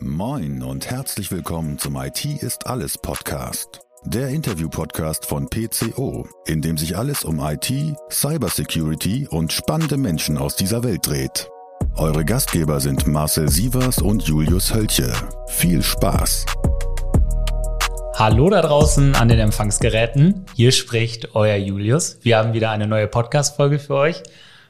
Moin und herzlich willkommen zum IT ist alles Podcast. Der Interview-Podcast von PCO, in dem sich alles um IT, Cybersecurity und spannende Menschen aus dieser Welt dreht. Eure Gastgeber sind Marcel Sievers und Julius Hölche. Viel Spaß! Hallo da draußen an den Empfangsgeräten. Hier spricht euer Julius. Wir haben wieder eine neue Podcast-Folge für euch.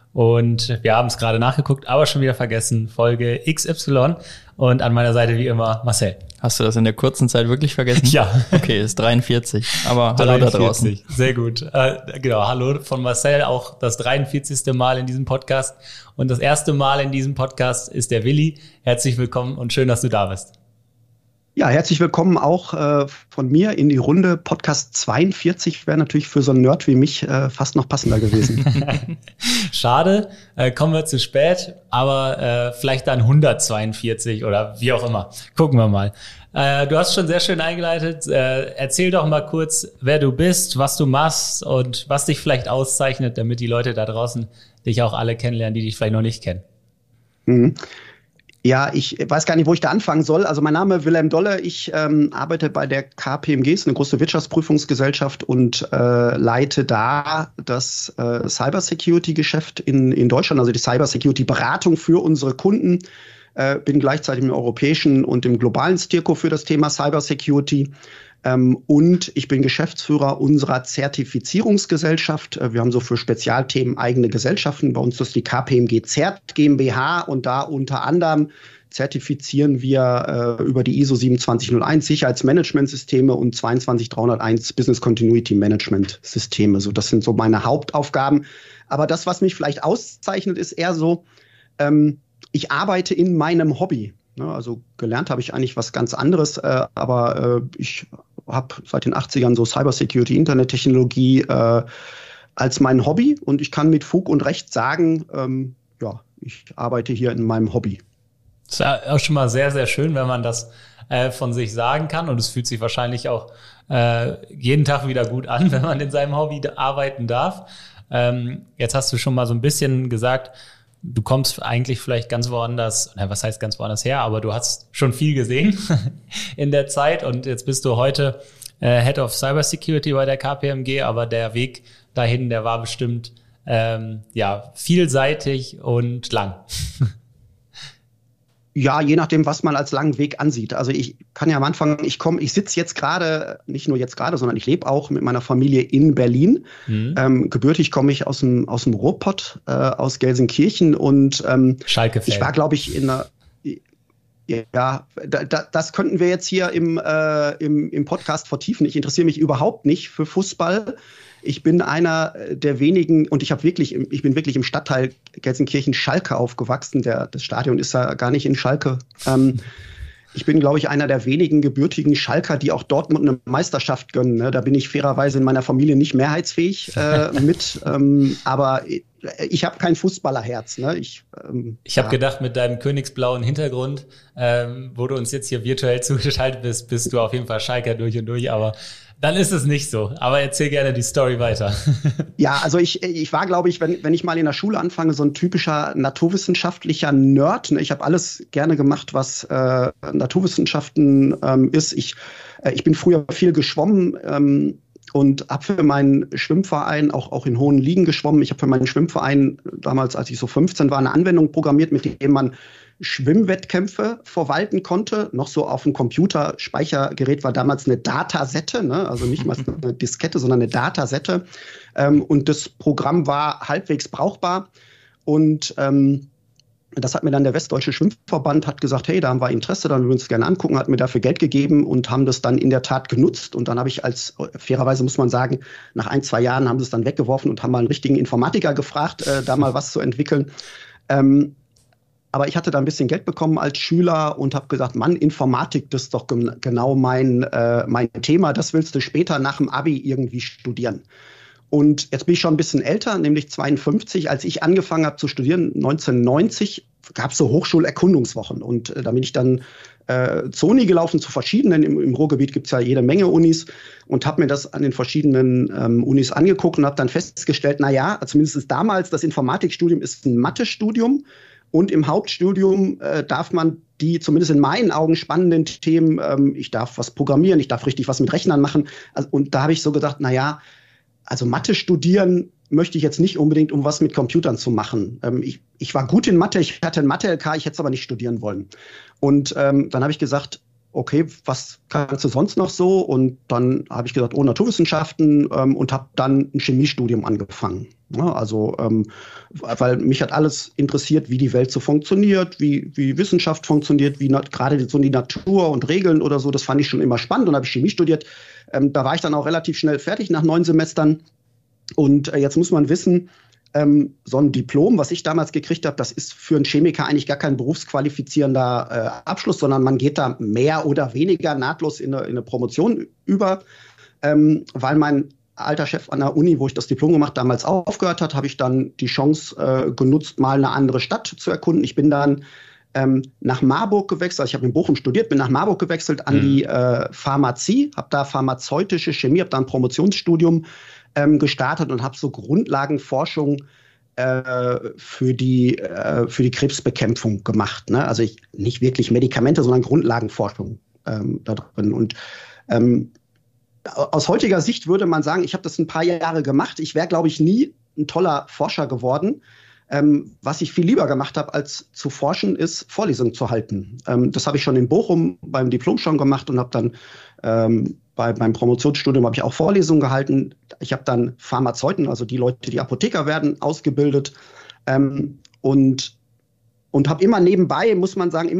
Und wir haben es gerade nachgeguckt, aber schon wieder vergessen. Folge XY. Und an meiner Seite wie immer Marcel. Hast du das in der kurzen Zeit wirklich vergessen? Ja. Okay, ist 43. Aber 43. Hallo da draußen. Sehr gut. Genau, hallo von Marcel, auch das 43. Mal in diesem Podcast. Und das erste Mal in diesem Podcast ist der Willi. Herzlich willkommen und schön, dass du da bist. Ja, herzlich willkommen auch von mir in die Runde. Podcast 42 wäre natürlich für so einen Nerd wie mich fast noch passender gewesen. Schade, kommen wir zu spät, aber vielleicht dann 142 oder wie auch immer. Gucken wir mal. Du hast schon sehr schön eingeleitet. Erzähl doch mal kurz, wer du bist, was du machst und was dich vielleicht auszeichnet, damit die Leute da draußen dich auch alle kennenlernen, die dich vielleicht noch nicht kennen. Mhm. Ja, ich weiß gar nicht, wo ich da anfangen soll. Also mein Name ist Wilhelm Dolle. Ich arbeite bei der KPMG, ist eine große Wirtschaftsprüfungsgesellschaft und leite da das Cybersecurity-Geschäft in Deutschland, also die Cybersecurity-Beratung für unsere Kunden. Bin gleichzeitig im europäischen und im globalen Stirco für das Thema Cybersecurity. Und ich bin Geschäftsführer unserer Zertifizierungsgesellschaft. Wir haben so für Spezialthemen eigene Gesellschaften. Bei uns ist die KPMG Zert GmbH und da unter anderem zertifizieren wir über die ISO 27001 Sicherheitsmanagementsysteme und 22301 Business Continuity Management Systeme. So, das sind so meine Hauptaufgaben. Aber das, was mich vielleicht auszeichnet, ist eher so, ich arbeite in meinem Hobby. Also gelernt habe ich eigentlich was ganz anderes, aber ich habe seit den 80ern so Cybersecurity, Internettechnologie als mein Hobby und ich kann mit Fug und Recht sagen, ja, ich arbeite hier in meinem Hobby. Das ist auch schon mal sehr, sehr schön, wenn man das von sich sagen kann und es fühlt sich wahrscheinlich auch jeden Tag wieder gut an, wenn man in seinem Hobby arbeiten darf. Jetzt hast du schon mal so ein bisschen gesagt, du kommst eigentlich vielleicht ganz woanders, was heißt ganz woanders her, aber du hast schon viel gesehen in der Zeit und jetzt bist du heute Head of Cybersecurity bei der KPMG, aber der Weg dahin, der war bestimmt vielseitig und lang. Ja, je nachdem, was man als langen Weg ansieht. Also ich kann ja am Anfang, ich sitze jetzt gerade, nicht nur jetzt gerade, sondern ich lebe auch mit meiner Familie in Berlin. Gebürtig komme ich aus dem Ruhrpott, aus Gelsenkirchen und Schalke-Fan. Ich war, glaube ich, das könnten wir jetzt hier im Podcast vertiefen. Ich interessiere mich überhaupt nicht für Fußball. Ich bin einer der wenigen, und ich bin wirklich im Stadtteil Gelsenkirchen-Schalke aufgewachsen. Das Stadion ist ja gar nicht in Schalke. Ich bin, glaube ich, einer der wenigen gebürtigen Schalker, die auch Dortmund eine Meisterschaft gönnen. Ne? Da bin ich fairerweise in meiner Familie nicht mehrheitsfähig mit. Aber ich habe kein Fußballerherz. Ne? Ich habe gedacht, mit deinem königsblauen Hintergrund, wo du uns jetzt hier virtuell zugeschaltet bist du auf jeden Fall Schalker durch und durch. Aber dann ist es nicht so. Aber erzähl gerne die Story weiter. Ja, also ich war, glaube ich, wenn ich mal in der Schule anfange, so ein typischer naturwissenschaftlicher Nerd. Ne? Ich habe alles gerne gemacht, was Naturwissenschaften ist. Ich bin früher viel geschwommen und habe für meinen Schwimmverein auch in hohen Ligen geschwommen. Ich habe für meinen Schwimmverein damals, als ich so 15 war, eine Anwendung programmiert, mit der man Schwimmwettkämpfe verwalten konnte. Noch so auf dem Computer. Speichergerät war damals eine Datasette, ne? Also nicht mal eine Diskette, sondern eine Datasette. Und das Programm war halbwegs brauchbar. Und das hat mir dann der Westdeutsche Schwimmverband hat gesagt, hey, da haben wir Interesse, dann würden wir uns gerne angucken, hat mir dafür Geld gegeben und haben das dann in der Tat genutzt. Und dann habe ich fairerweise muss man sagen, nach 1-2 Jahren haben sie es dann weggeworfen und haben mal einen richtigen Informatiker gefragt, da mal was zu entwickeln. Aber ich hatte da ein bisschen Geld bekommen als Schüler und habe gesagt, Mann, Informatik, das ist doch genau mein Thema. Das willst du später nach dem Abi irgendwie studieren. Und jetzt bin ich schon ein bisschen älter, nämlich 52. Als ich angefangen habe zu studieren, 1990, gab es so Hochschulerkundungswochen. Und da bin ich dann zur Uni gelaufen, zu verschiedenen. Im Ruhrgebiet gibt es ja jede Menge Unis. Und habe mir das an den verschiedenen Unis angeguckt und habe dann festgestellt, naja, zumindest damals, das Informatikstudium ist ein Mathestudium. Und im Hauptstudium darf man die zumindest in meinen Augen spannenden Themen. Ich darf was programmieren, ich darf richtig was mit Rechnern machen. Also, und da habe ich so gedacht, naja, also Mathe studieren möchte ich jetzt nicht unbedingt, um was mit Computern zu machen. Ich war gut in Mathe, ich hatte ein Mathe-LK, ich hätte es aber nicht studieren wollen. Und dann habe ich gesagt, okay, was kannst du sonst noch so? Und dann habe ich gesagt, Naturwissenschaften und habe dann ein Chemiestudium angefangen. Ja, also, weil mich hat alles interessiert, wie die Welt so funktioniert, wie Wissenschaft funktioniert, wie gerade so die Natur und Regeln oder so. Das fand ich schon immer spannend und habe ich Chemie studiert. Da war ich dann auch relativ schnell fertig nach 9 Semestern. Und jetzt muss man wissen, so ein Diplom, was ich damals gekriegt habe, das ist für einen Chemiker eigentlich gar kein berufsqualifizierender Abschluss, sondern man geht da mehr oder weniger nahtlos in eine Promotion über. Weil mein alter Chef an der Uni, wo ich das Diplom gemacht damals aufgehört hat, habe ich dann die Chance genutzt, mal eine andere Stadt zu erkunden. Ich bin dann nach Marburg gewechselt. Also ich habe in Bochum studiert, bin nach Marburg gewechselt an die Pharmazie, habe da pharmazeutische Chemie, habe da ein Promotionsstudium gestartet und habe so Grundlagenforschung für die Krebsbekämpfung gemacht. Ne? Also nicht wirklich Medikamente, sondern Grundlagenforschung da drin. Und aus heutiger Sicht würde man sagen, ich habe das ein paar Jahre gemacht. Ich wäre, glaube ich, nie ein toller Forscher geworden. Was ich viel lieber gemacht habe, als zu forschen, ist Vorlesungen zu halten. Das habe ich schon in Bochum beim Diplom schon gemacht und habe dann beim Promotionsstudium habe ich auch Vorlesungen gehalten. Ich habe dann Pharmazeuten, also die Leute, die Apotheker werden, ausgebildet und habe immer nebenbei, muss man sagen,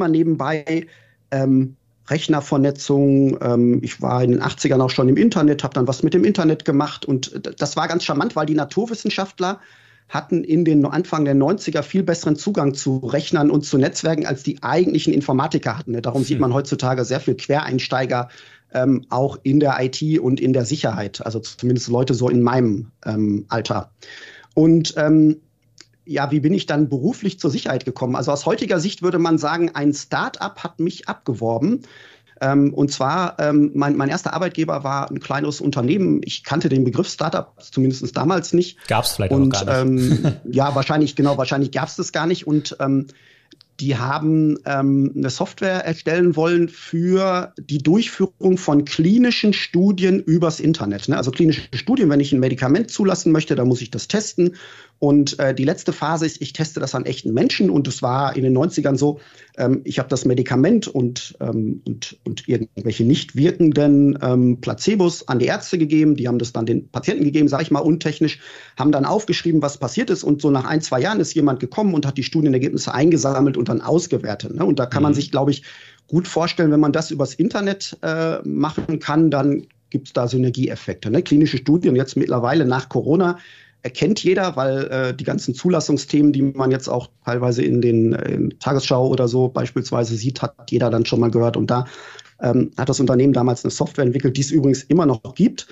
Rechnervernetzung. Ich war in den 80ern auch schon im Internet, habe dann was mit dem Internet gemacht und das war ganz charmant, weil die Naturwissenschaftler hatten in den Anfang der 90er viel besseren Zugang zu Rechnern und zu Netzwerken, als die eigentlichen Informatiker hatten. Darum sieht man heutzutage sehr viel Quereinsteiger auch in der IT und in der Sicherheit. Also zumindest Leute so in meinem Alter. Und wie bin ich dann beruflich zur Sicherheit gekommen? Also aus heutiger Sicht würde man sagen, ein Start-up hat mich abgeworben. Und zwar, mein erster Arbeitgeber war ein kleines Unternehmen. Ich kannte den Begriff Startup zumindest damals nicht. Gab es vielleicht auch noch gar nicht. Wahrscheinlich gab es das gar nicht. Und die haben eine Software erstellen wollen für die Durchführung von klinischen Studien übers Internet. Ne? Also klinische Studien, wenn ich ein Medikament zulassen möchte, dann muss ich das testen. Und die letzte Phase ist, ich teste das an echten Menschen. Und es war in den 90ern so, ich habe das Medikament und irgendwelche nicht wirkenden Placebos an die Ärzte gegeben. Die haben das dann den Patienten gegeben, sage ich mal untechnisch, haben dann aufgeschrieben, was passiert ist. Und so nach 1, 2 Jahren ist jemand gekommen und hat die Studienergebnisse eingesammelt und dann ausgewertet. Ne? Und da kann man sich, glaube ich, gut vorstellen, wenn man das übers Internet machen kann, dann gibt es da Synergieeffekte. Ne? Klinische Studien jetzt mittlerweile nach Corona erkennt jeder, weil die ganzen Zulassungsthemen, die man jetzt auch teilweise in Tagesschau oder so beispielsweise sieht, hat jeder dann schon mal gehört. Und da hat das Unternehmen damals eine Software entwickelt, die es übrigens immer noch gibt,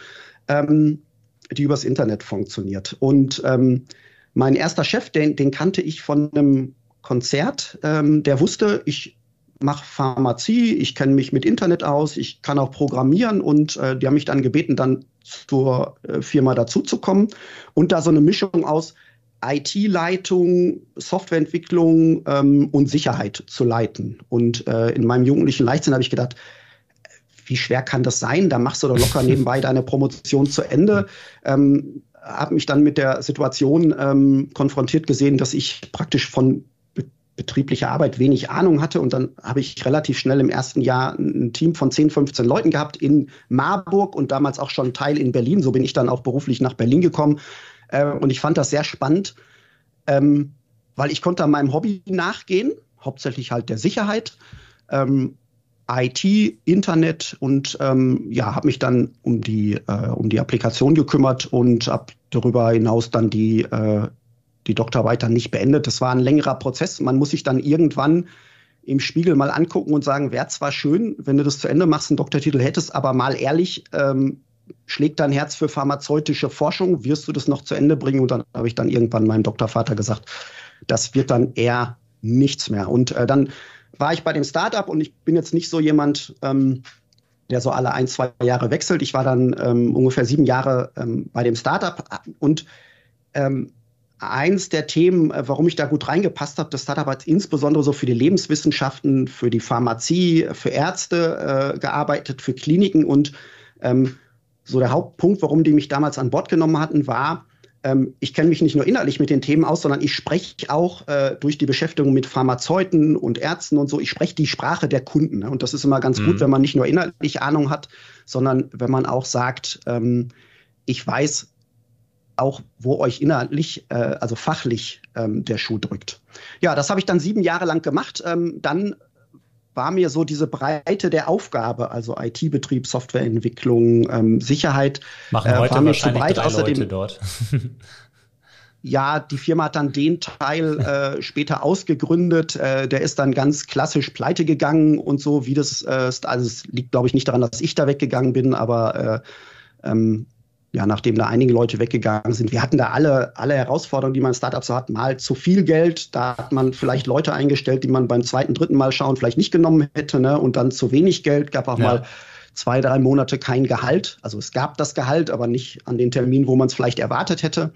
die übers Internet funktioniert. Und mein erster Chef, den kannte ich von einem Konzert, der wusste, ich mache Pharmazie, ich kenne mich mit Internet aus, ich kann auch programmieren und die haben mich dann gebeten, dann zur Firma dazuzukommen und da so eine Mischung aus IT-Leitung, Softwareentwicklung und Sicherheit zu leiten. Und in meinem jugendlichen Leichtsinn habe ich gedacht, wie schwer kann das sein? Da machst du doch locker nebenbei deine Promotion zu Ende. Habe mich dann mit der Situation konfrontiert gesehen, dass ich praktisch von betrieblicher Arbeit wenig Ahnung hatte. Und dann habe ich relativ schnell im ersten Jahr ein Team von 10, 15 Leuten gehabt in Marburg und damals auch schon ein Teil in Berlin. So bin ich dann auch beruflich nach Berlin gekommen. Und ich fand das sehr spannend, weil ich konnte meinem Hobby nachgehen, hauptsächlich halt der Sicherheit, IT, Internet und habe mich dann um die Applikation gekümmert und habe darüber hinaus dann die Doktorarbeit dann nicht beendet. Das war ein längerer Prozess. Man muss sich dann irgendwann im Spiegel mal angucken und sagen, wäre zwar schön, wenn du das zu Ende machst, einen Doktortitel hättest, aber mal ehrlich, schlägt dein Herz für pharmazeutische Forschung, wirst du das noch zu Ende bringen? Und dann habe ich dann irgendwann meinem Doktorvater gesagt, das wird dann eher nichts mehr. Und dann war ich bei dem Startup und ich bin jetzt nicht so jemand, der so alle 1, 2 Jahre wechselt. Ich war dann ungefähr 7 Jahre bei dem Startup und eins der Themen, warum ich da gut reingepasst habe, das Startup hat insbesondere so für die Lebenswissenschaften, für die Pharmazie, für Ärzte gearbeitet, für Kliniken. Und so der Hauptpunkt, warum die mich damals an Bord genommen hatten, war, ich kenne mich nicht nur inhaltlich mit den Themen aus, sondern ich spreche auch durch die Beschäftigung mit Pharmazeuten und Ärzten und so, ich spreche die Sprache der Kunden. Ne? Und das ist immer ganz gut, wenn man nicht nur inhaltlich Ahnung hat, sondern wenn man auch sagt, ich weiß auch, wo euch inhaltlich, also fachlich der Schuh drückt. Ja, das habe ich dann 7 Jahre lang gemacht. Dann war mir so diese Breite der Aufgabe, also IT-Betrieb, Softwareentwicklung, Sicherheit, machen heute war mir wahrscheinlich zu breit. 3 Außerdem, Leute dort. Ja, die Firma hat dann den Teil später ausgegründet. Der ist dann ganz klassisch pleite gegangen und so, wie das, also es liegt, glaube ich, nicht daran, dass ich da weggegangen bin, aber ja, nachdem da einige Leute weggegangen sind, wir hatten da alle Herausforderungen, die man in Startups so hat, mal zu viel Geld, da hat man vielleicht Leute eingestellt, die man beim 2., 3. Mal schauen vielleicht nicht genommen hätte, ne? Und dann zu wenig Geld, gab auch mal 2, 3 Monate kein Gehalt. Also es gab das Gehalt, aber nicht an den Termin, wo man es vielleicht erwartet hätte.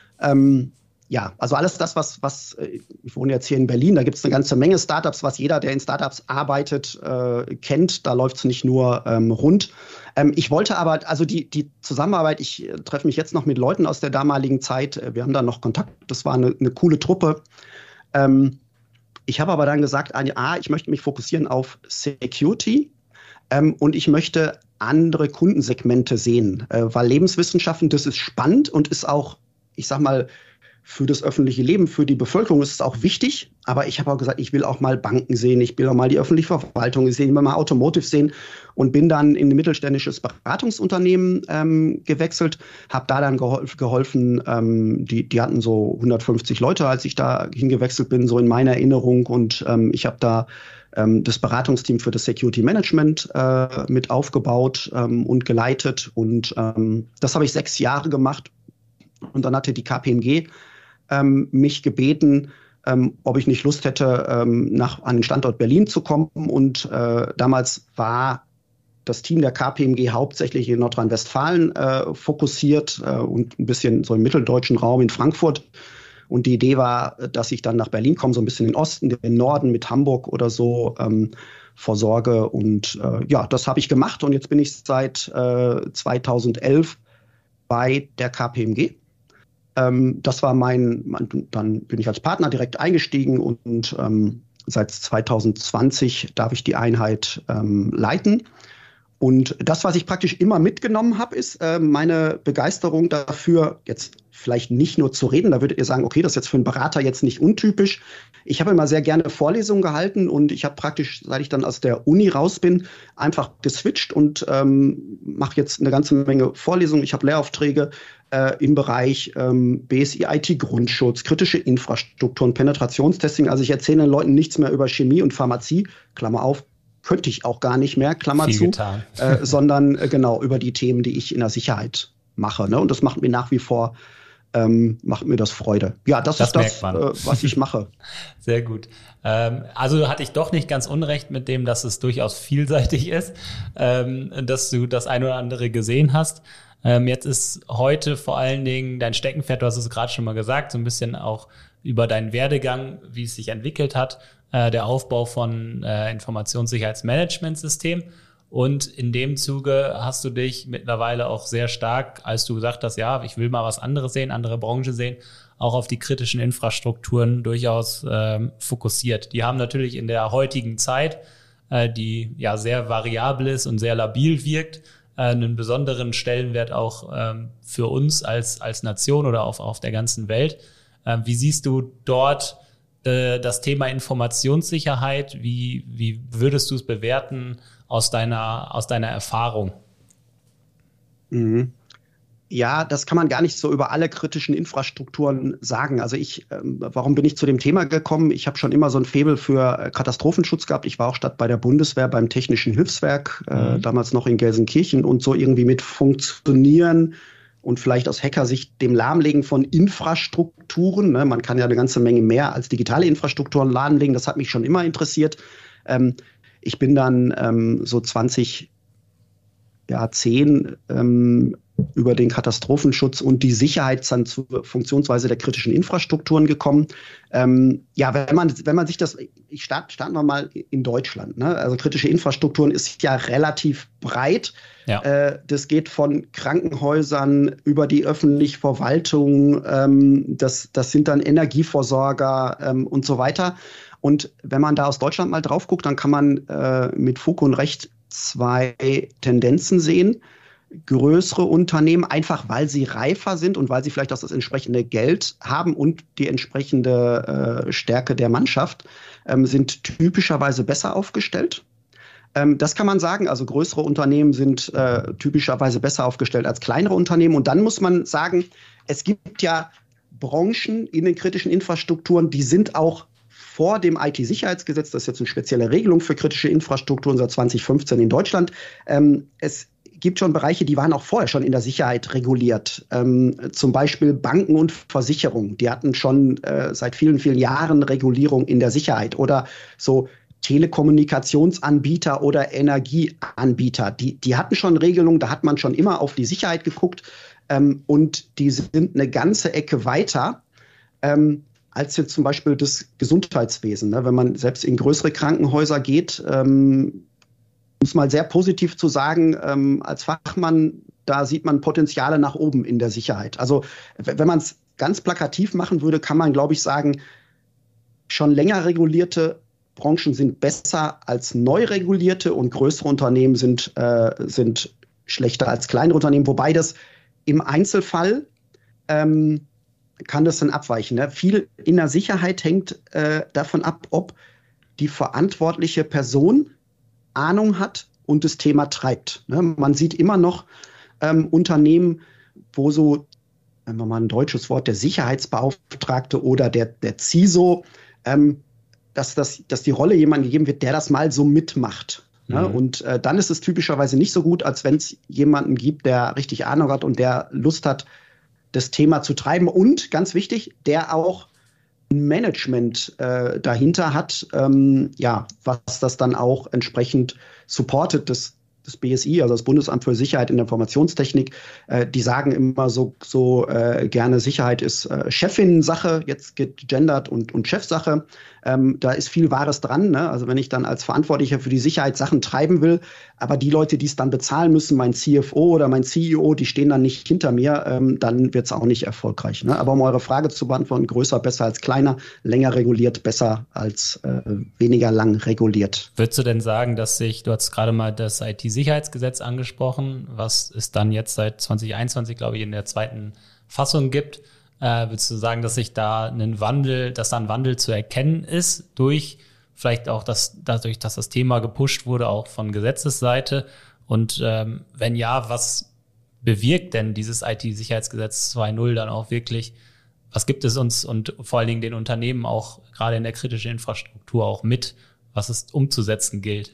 Ja, also alles das, was ich wohne jetzt hier in Berlin, da gibt es eine ganze Menge Startups, was jeder, der in Startups arbeitet, kennt. Da läuft es nicht nur rund. Ich wollte aber, also die Zusammenarbeit, ich treffe mich jetzt noch mit Leuten aus der damaligen Zeit, wir haben da noch Kontakt, das war eine coole Truppe. Ich habe aber dann gesagt, ich möchte mich fokussieren auf Security und ich möchte andere Kundensegmente sehen, weil Lebenswissenschaften, das ist spannend und ist auch, ich sag mal, für das öffentliche Leben, für die Bevölkerung ist es auch wichtig. Aber ich habe auch gesagt, ich will auch mal Banken sehen, ich will auch mal die öffentliche Verwaltung sehen, ich will mal Automotive sehen und bin dann in ein mittelständisches Beratungsunternehmen gewechselt, habe da dann geholfen, die hatten so 150 Leute, als ich da hingewechselt bin, so in meiner Erinnerung. Und ich habe da das Beratungsteam für das Security Management mit aufgebaut und geleitet. Und das habe ich 6 Jahre gemacht. Und dann hatte die KPMG mich gebeten, ob ich nicht Lust hätte, an den Standort Berlin zu kommen. Und damals war das Team der KPMG hauptsächlich in Nordrhein-Westfalen fokussiert und ein bisschen so im mitteldeutschen Raum in Frankfurt. Und die Idee war, dass ich dann nach Berlin komme, so ein bisschen in den Osten, den Norden mit Hamburg oder so versorge. Und ja, das habe ich gemacht. Und jetzt bin ich seit 2011 bei der KPMG. Das war dann bin ich als Partner direkt eingestiegen und seit 2020 darf ich die Einheit leiten. Und das, was ich praktisch immer mitgenommen habe, ist meine Begeisterung dafür, jetzt vielleicht nicht nur zu reden, da würdet ihr sagen, okay, das ist jetzt für einen Berater jetzt nicht untypisch. Ich habe immer sehr gerne Vorlesungen gehalten und ich habe praktisch, seit ich dann aus der Uni raus bin, einfach geswitcht und mache jetzt eine ganze Menge Vorlesungen. Ich habe Lehraufträge im Bereich BSI IT-Grundschutz, kritische Infrastrukturen, Penetrationstesting. Also ich erzähle den Leuten nichts mehr über Chemie und Pharmazie, Klammer auf, könnte ich auch gar nicht mehr, Klammer viel zu, sondern genau über die Themen, die ich in der Sicherheit mache. Ne? Und das macht mir nach wie vor macht mir das Freude. Ja, das ist das, was ich mache. Sehr gut. Also hatte ich doch nicht ganz unrecht mit dem, dass es durchaus vielseitig ist, dass du das ein oder andere gesehen hast. Jetzt ist heute vor allen Dingen dein Steckenpferd, du hast es gerade schon mal gesagt, so ein bisschen auch über deinen Werdegang, wie es sich entwickelt hat, der Aufbau von Informationssicherheitsmanagementsystem. Und in dem Zuge hast du dich mittlerweile auch sehr stark, als du gesagt hast, ja, ich will mal was anderes sehen, andere Branche sehen, auch auf die kritischen Infrastrukturen durchaus fokussiert. Die haben natürlich in der heutigen Zeit, die ja sehr variabel ist und sehr labil wirkt, einen besonderen Stellenwert auch für uns als Nation oder auf der ganzen Welt. Wie siehst du dort das Thema Informationssicherheit? Wie würdest du es bewerten aus deiner Erfahrung? Mhm. Ja, das kann man gar nicht so über alle kritischen Infrastrukturen sagen. Also warum bin ich zu dem Thema gekommen? Ich habe schon immer so ein Faible für Katastrophenschutz gehabt. Ich war auch bei der Bundeswehr beim Technischen Hilfswerk, damals noch in Gelsenkirchen, und so irgendwie mit Funktionieren und vielleicht aus Hackersicht dem Lahmlegen von Infrastrukturen. Ne? Man kann ja eine ganze Menge mehr als digitale Infrastrukturen lahmlegen. Das hat mich schon immer interessiert. Ich bin dann so 2010 über den Katastrophenschutz und die Sicherheit dann zur Funktionsweise der kritischen Infrastrukturen gekommen. Wenn man sich das, starten wir mal in Deutschland, ne? Also kritische Infrastrukturen ist ja relativ breit. Ja. Das geht von Krankenhäusern über die öffentliche Verwaltung, das sind dann Energieversorger und so weiter. Und wenn man da aus Deutschland mal drauf guckt, dann kann man mit Fug und Recht zwei Tendenzen sehen. Größere Unternehmen, einfach weil sie reifer sind und weil sie vielleicht auch das entsprechende Geld haben und die entsprechende Stärke der Mannschaft, sind typischerweise besser aufgestellt. Das kann man sagen. Also größere Unternehmen sind typischerweise besser aufgestellt als kleinere Unternehmen. Und dann muss man sagen, es gibt ja Branchen in den kritischen Infrastrukturen, die sind auch vor dem IT-Sicherheitsgesetz, das ist jetzt eine spezielle Regelung für kritische Infrastrukturen seit 2015 in Deutschland. Es gibt schon Bereiche, die waren auch vorher schon in der Sicherheit reguliert. Zum Beispiel Banken und Versicherungen. Die hatten schon seit vielen, vielen Jahren Regulierung in der Sicherheit. Oder so Telekommunikationsanbieter oder Energieanbieter. Die hatten schon Regelungen, da hat man schon immer auf die Sicherheit geguckt. Und die sind eine ganze Ecke weiter als jetzt zum Beispiel das Gesundheitswesen. Ne? Wenn man selbst in größere Krankenhäuser geht, muss mal sehr positiv zu sagen, als Fachmann, da sieht man Potenziale nach oben in der Sicherheit. Also wenn man es ganz plakativ machen würde, kann man, glaube ich, sagen, schon länger regulierte Branchen sind besser als neu regulierte und größere Unternehmen sind schlechter als kleinere Unternehmen. Wobei das im Einzelfall kann das dann abweichen. Ne? Viel in der Sicherheit hängt davon ab, ob die verantwortliche Person Ahnung hat und das Thema treibt. Ne? Man sieht immer noch Unternehmen, wo so, wenn wir mal ein deutsches Wort, der Sicherheitsbeauftragte oder der CISO, dass die Rolle jemandem gegeben wird, der das mal so mitmacht. Ne? Und dann ist es typischerweise nicht so gut, als wenn es jemanden gibt, der richtig Ahnung hat und der Lust hat, das Thema zu treiben und, ganz wichtig, der auch ein Management dahinter hat, was das dann auch entsprechend supportet, das BSI, also das Bundesamt für Sicherheit in der Informationstechnik, die sagen immer so gerne, Sicherheit ist Chefinnen-Sache, jetzt gegendert und Chefsache. Da ist viel Wahres dran. Ne? Also wenn ich dann als Verantwortlicher für die Sicherheit Sachen treiben will, aber die Leute, die es dann bezahlen müssen, mein CFO oder mein CEO, die stehen dann nicht hinter mir, dann wird es auch nicht erfolgreich. Ne? Aber um eure Frage zu beantworten, größer besser als kleiner, länger reguliert besser als weniger lang reguliert. Würdest du denn sagen, du hast gerade mal das IT-Sicherheitsgesetz angesprochen, was es dann jetzt seit 2021, glaube ich, in der zweiten Fassung gibt. Würdest du sagen, dass da ein Wandel zu erkennen ist, vielleicht auch dadurch, dass das Thema gepusht wurde, auch von Gesetzesseite? Und wenn ja, was bewirkt denn dieses IT-Sicherheitsgesetz 2.0 dann auch wirklich? Was gibt es uns und vor allen Dingen den Unternehmen auch gerade in der kritischen Infrastruktur auch mit, was es umzusetzen gilt?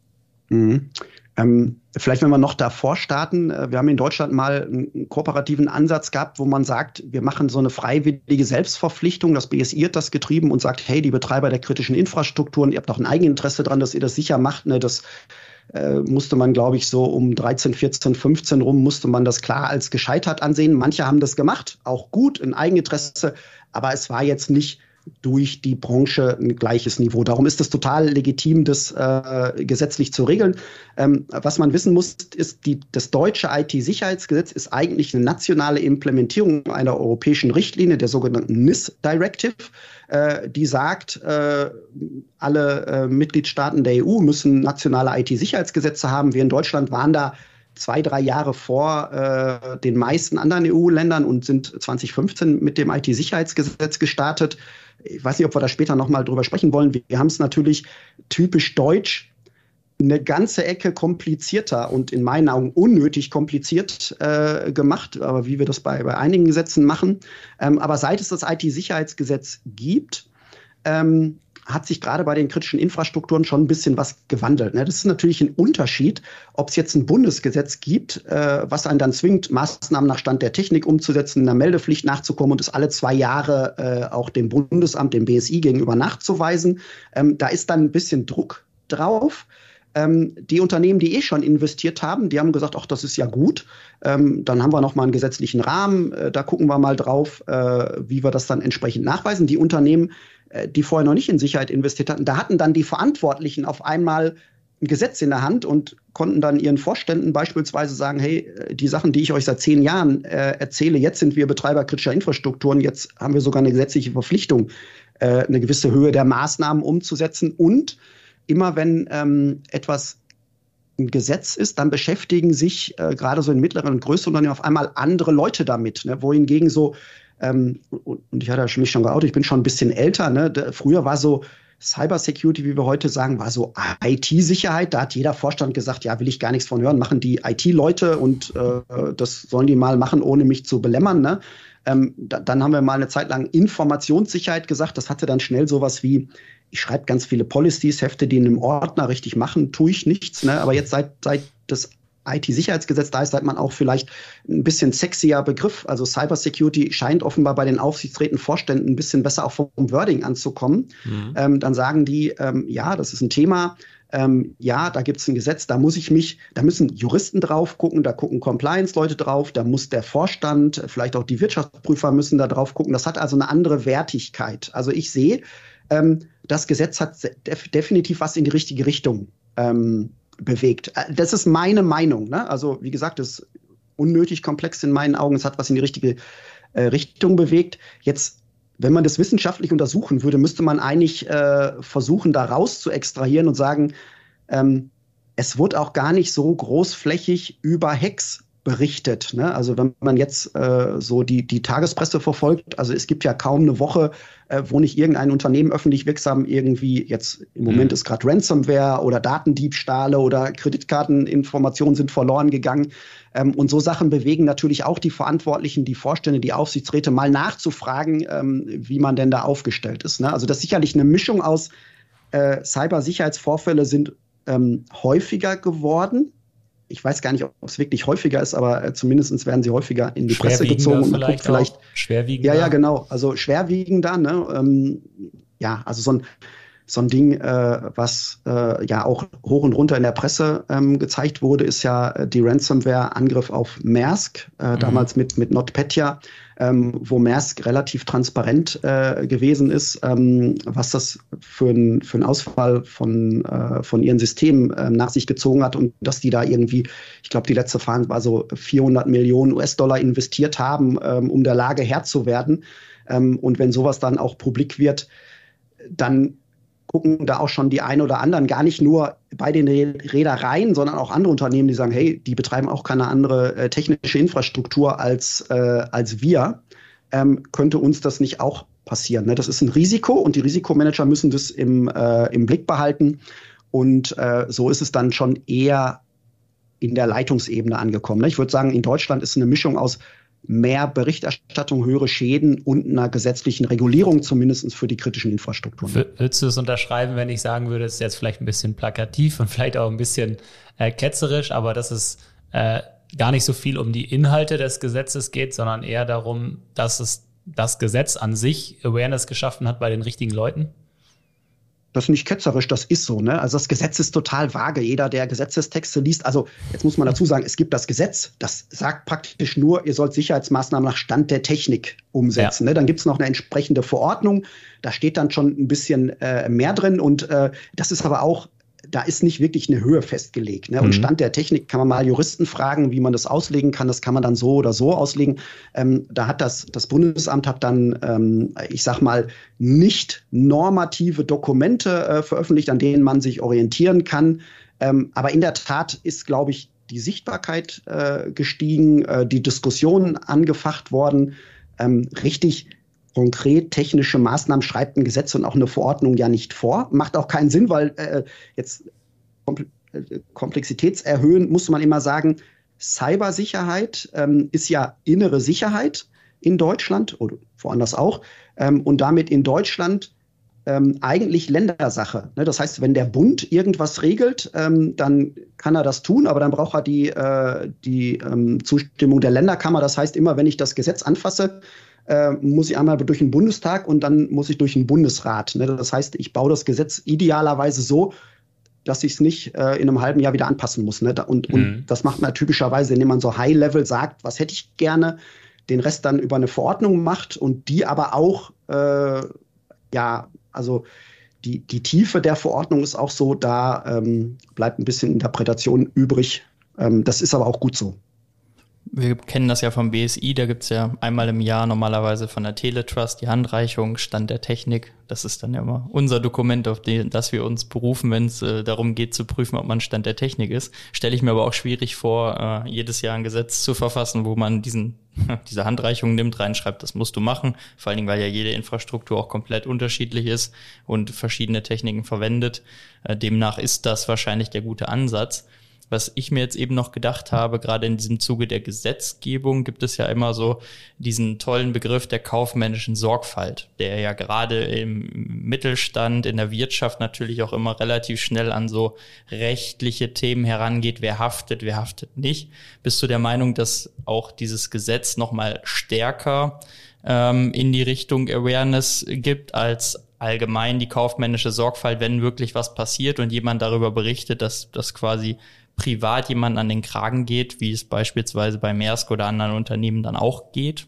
Vielleicht, wenn wir noch davor starten, wir haben in Deutschland mal einen kooperativen Ansatz gehabt, wo man sagt, wir machen so eine freiwillige Selbstverpflichtung. Das BSI hat das getrieben und sagt, hey, die Betreiber der kritischen Infrastrukturen, ihr habt doch ein Eigeninteresse daran, dass ihr das sicher macht. Ne? Das musste man, glaube ich, so um 13, 14, 15 rum, musste man das klar als gescheitert ansehen. Manche haben das gemacht, auch gut, in Eigeninteresse, aber es war jetzt nicht durch die Branche ein gleiches Niveau. Darum ist es total legitim, das gesetzlich zu regeln. Was man wissen muss, ist, das deutsche IT-Sicherheitsgesetz ist eigentlich eine nationale Implementierung einer europäischen Richtlinie, der sogenannten NIS-Directive. Die sagt, alle Mitgliedstaaten der EU müssen nationale IT-Sicherheitsgesetze haben. Wir in Deutschland waren da 2-3 Jahre vor den meisten anderen EU-Ländern und sind 2015 mit dem IT-Sicherheitsgesetz gestartet. Ich weiß nicht, ob wir da später noch mal drüber sprechen wollen. Wir haben es natürlich typisch deutsch eine ganze Ecke komplizierter und in meinen Augen unnötig kompliziert gemacht, aber wie wir das bei einigen Gesetzen machen. Aber seit es das IT-Sicherheitsgesetz gibt, hat sich gerade bei den kritischen Infrastrukturen schon ein bisschen was gewandelt. Ne? Das ist natürlich ein Unterschied, ob es jetzt ein Bundesgesetz gibt, was einen dann zwingt, Maßnahmen nach Stand der Technik umzusetzen, einer Meldepflicht nachzukommen und es alle 2 Jahre auch dem Bundesamt, dem BSI gegenüber nachzuweisen. Da ist dann ein bisschen Druck drauf. Die Unternehmen, die schon investiert haben, die haben gesagt, ach, das ist ja gut. Dann haben wir noch mal einen gesetzlichen Rahmen. Da gucken wir mal drauf, wie wir das dann entsprechend nachweisen. Die Unternehmen, die vorher noch nicht in Sicherheit investiert hatten, da hatten dann die Verantwortlichen auf einmal ein Gesetz in der Hand und konnten dann ihren Vorständen beispielsweise sagen, hey, die Sachen, die ich euch seit 10 Jahren erzähle, jetzt sind wir Betreiber kritischer Infrastrukturen, jetzt haben wir sogar eine gesetzliche Verpflichtung, eine gewisse Höhe der Maßnahmen umzusetzen. Und immer wenn etwas ein Gesetz ist, dann beschäftigen sich gerade so in mittleren und größeren Unternehmen auf einmal andere Leute damit, ne? Wohingegen so, und ich hatte mich schon geoutet, ich bin schon ein bisschen älter, ne? Früher war so Cybersecurity, wie wir heute sagen, war so IT-Sicherheit. Da hat jeder Vorstand gesagt, ja, will ich gar nichts von hören, machen die IT-Leute und das sollen die mal machen, ohne mich zu belämmern. Ne? Dann haben wir mal eine Zeit lang Informationssicherheit gesagt. Das hatte dann schnell sowas wie, ich schreibe ganz viele Policies, Hefte, die in einem Ordner richtig machen, tue ich nichts. Ne? Aber jetzt seit das IT-Sicherheitsgesetz da ist, sagt man auch vielleicht ein bisschen sexier Begriff. Also Cybersecurity scheint offenbar bei den Aufsichtsräten, Vorständen ein bisschen besser auch vom Wording anzukommen. Dann sagen die, ja, das ist ein Thema. Ja, da gibt es ein Gesetz, da müssen Juristen drauf gucken, da gucken Compliance-Leute drauf, da muss der Vorstand, vielleicht auch die Wirtschaftsprüfer müssen da drauf gucken. Das hat also eine andere Wertigkeit. Also ich sehe, das Gesetz hat definitiv was in die richtige Richtung bewegt. Das ist meine Meinung. Ne? Also wie gesagt, das ist unnötig komplex in meinen Augen. Es hat was in die richtige Richtung bewegt. Jetzt, wenn man das wissenschaftlich untersuchen würde, müsste man eigentlich versuchen, da raus zu extrahieren und sagen, es wird auch gar nicht so großflächig über Hacks berichtet. Ne? Also wenn man jetzt so die Tagespresse verfolgt, also es gibt ja kaum eine Woche, wo nicht irgendein Unternehmen öffentlich wirksam irgendwie, jetzt im Moment ist gerade Ransomware oder Datendiebstahle oder Kreditkarteninformationen sind verloren gegangen. Und so Sachen bewegen natürlich auch die Verantwortlichen, die Vorstände, die Aufsichtsräte, mal nachzufragen, wie man denn da aufgestellt ist. Ne? Also das ist sicherlich eine Mischung aus Cybersicherheitsvorfälle sind häufiger geworden. Ich weiß gar nicht, ob es wirklich häufiger ist, aber zumindest werden sie häufiger in die Presse gezogen. Und man guckt vielleicht schwerwiegender. Ja, genau. Also schwerwiegender. Ne? Ja, also so ein Ding, was ja auch hoch und runter in der Presse gezeigt wurde, ist ja die Ransomware-Angriff auf Maersk, damals mit NotPetya, wo Maersk relativ transparent gewesen ist, was das für ein Ausfall von ihren Systemen nach sich gezogen hat und dass die da irgendwie, ich glaube, die letzte Phase war so 400 Millionen US-Dollar investiert haben, um der Lage Herr zu werden. Und wenn sowas dann auch publik wird, dann gucken da auch schon die ein oder anderen, gar nicht nur bei den Reedereien, sondern auch andere Unternehmen, die sagen, hey, die betreiben auch keine andere technische Infrastruktur als wir. Könnte uns das nicht auch passieren? Ne? Das ist ein Risiko und die Risikomanager müssen das im Blick behalten. Und so ist es dann schon eher in der Leitungsebene angekommen. Ne? Ich würde sagen, in Deutschland ist eine Mischung aus mehr Berichterstattung, höhere Schäden und einer gesetzlichen Regulierung, zumindest für die kritischen Infrastrukturen. Würdest du es unterschreiben, wenn ich sagen würde, es ist jetzt vielleicht ein bisschen plakativ und vielleicht auch ein bisschen ketzerisch, aber dass es gar nicht so viel um die Inhalte des Gesetzes geht, sondern eher darum, dass es das Gesetz an sich Awareness geschaffen hat bei den richtigen Leuten? Das ist nicht ketzerisch, das ist so. Ne? Also das Gesetz ist total vage. Jeder, der Gesetzestexte liest, also jetzt muss man dazu sagen, es gibt das Gesetz, das sagt praktisch nur, ihr sollt Sicherheitsmaßnahmen nach Stand der Technik umsetzen. Ja. Ne? Dann gibt es noch eine entsprechende Verordnung, da steht dann schon ein bisschen mehr drin und das ist aber auch, da ist nicht wirklich eine Höhe festgelegt. Ne? Und Stand der Technik kann man mal Juristen fragen, wie man das auslegen kann. Das kann man dann so oder so auslegen. Da hat das Bundesamt hat dann, ich sag mal, nicht normative Dokumente veröffentlicht, an denen man sich orientieren kann. Aber in der Tat ist, glaube ich, die Sichtbarkeit gestiegen, die Diskussion angefacht worden. Richtig konkret technische Maßnahmen schreibt ein Gesetz und auch eine Verordnung ja nicht vor. Macht auch keinen Sinn, weil jetzt komplexitätserhöhen muss man immer sagen, Cybersicherheit ist ja innere Sicherheit in Deutschland oder woanders auch und damit in Deutschland eigentlich Ländersache. Ne? Das heißt, wenn der Bund irgendwas regelt, dann kann er das tun, aber dann braucht er die Zustimmung der Länderkammer. Das heißt, immer wenn ich das Gesetz anfasse, muss ich einmal durch den Bundestag und dann muss ich durch den Bundesrat. Ne? Das heißt, ich baue das Gesetz idealerweise so, dass ich es nicht in einem halben Jahr wieder anpassen muss. Ne? Und das macht man typischerweise, indem man so High-Level sagt, was hätte ich gerne, den Rest dann über eine Verordnung macht und die aber auch, also die Tiefe der Verordnung ist auch so, da bleibt ein bisschen Interpretation übrig. Das ist aber auch gut so. Wir kennen das ja vom BSI, da gibt's ja einmal im Jahr normalerweise von der Teletrust die Handreichung, Stand der Technik. Das ist dann ja immer unser Dokument, auf das wir uns berufen, wenn es darum geht zu prüfen, ob man Stand der Technik ist. Stelle ich mir aber auch schwierig vor, jedes Jahr ein Gesetz zu verfassen, wo man diese Handreichung nimmt, reinschreibt, das musst du machen. Vor allen Dingen, weil ja jede Infrastruktur auch komplett unterschiedlich ist und verschiedene Techniken verwendet. Demnach ist das wahrscheinlich der gute Ansatz. Was ich mir jetzt eben noch gedacht habe, gerade in diesem Zuge der Gesetzgebung gibt es ja immer so diesen tollen Begriff der kaufmännischen Sorgfalt, der ja gerade im Mittelstand, in der Wirtschaft natürlich auch immer relativ schnell an so rechtliche Themen herangeht, wer haftet nicht. Bist du der Meinung, dass auch dieses Gesetz nochmal stärker in die Richtung Awareness gibt als allgemein die kaufmännische Sorgfalt, wenn wirklich was passiert und jemand darüber berichtet, dass das quasi privat jemand an den Kragen geht, wie es beispielsweise bei Maersk oder anderen Unternehmen dann auch geht?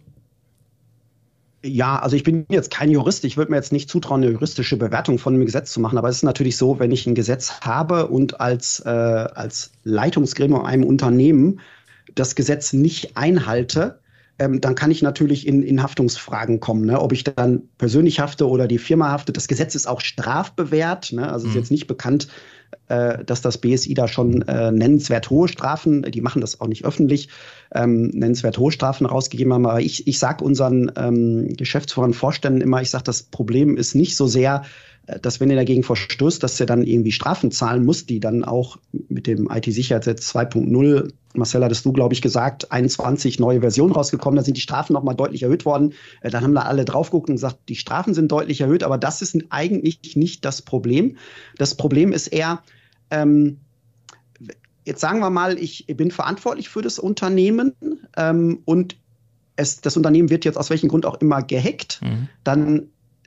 Ja, also ich bin jetzt kein Jurist. Ich würde mir jetzt nicht zutrauen, eine juristische Bewertung von einem Gesetz zu machen. Aber es ist natürlich so, wenn ich ein Gesetz habe und als Leitungsgremium einem Unternehmen das Gesetz nicht einhalte, dann kann ich natürlich in Haftungsfragen kommen, ne? Ob ich dann persönlich hafte oder die Firma haftet. Das Gesetz ist auch strafbewehrt, ne? Also ist jetzt nicht bekannt, dass das BSI da schon nennenswert hohe Strafen, die machen das auch nicht öffentlich, nennenswert hohe Strafen rausgegeben haben. Aber ich sage unseren Geschäftsführern, Vorständen immer, ich sage, das Problem ist nicht so sehr, dass wenn ihr dagegen verstößt, dass ihr dann irgendwie Strafen zahlen muss, die dann auch mit dem IT-Sicherheitsgesetz 2.0, Marcel, hattest du, glaube ich, gesagt, 21 neue Versionen rausgekommen, da sind die Strafen nochmal deutlich erhöht worden. Dann haben da alle drauf geguckt und gesagt, die Strafen sind deutlich erhöht, aber das ist eigentlich nicht das Problem. Das Problem ist eher, jetzt sagen wir mal, ich bin verantwortlich für das Unternehmen und das Unternehmen wird jetzt aus welchem Grund auch immer gehackt, dann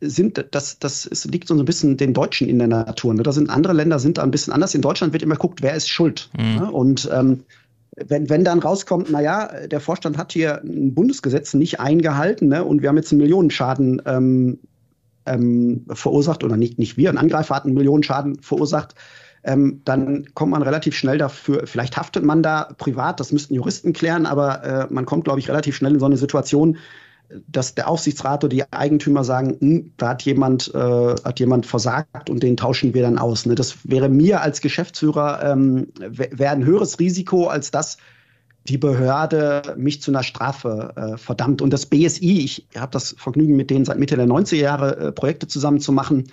liegt so ein bisschen den Deutschen in der Natur. Ne? Da sind andere Länder sind da ein bisschen anders. In Deutschland wird immer geguckt, wer ist schuld. Ne? Und wenn dann rauskommt, naja, der Vorstand hat hier ein Bundesgesetz nicht eingehalten, ne? Und wir haben jetzt einen Millionenschaden verursacht, oder nicht wir, ein Angreifer hat einen Millionenschaden verursacht, dann kommt man relativ schnell dafür, vielleicht haftet man da privat, das müssten Juristen klären, aber man kommt, glaube ich, relativ schnell in so eine Situation, dass der Aufsichtsrat oder die Eigentümer sagen, da hat jemand versagt und den tauschen wir dann aus. Ne? Das wäre mir als Geschäftsführer wäre ein höheres Risiko, als dass die Behörde mich zu einer Strafe verdammt. Und das BSI, ich habe das Vergnügen, mit denen seit Mitte der 90er Jahre Projekte zusammen zu machen.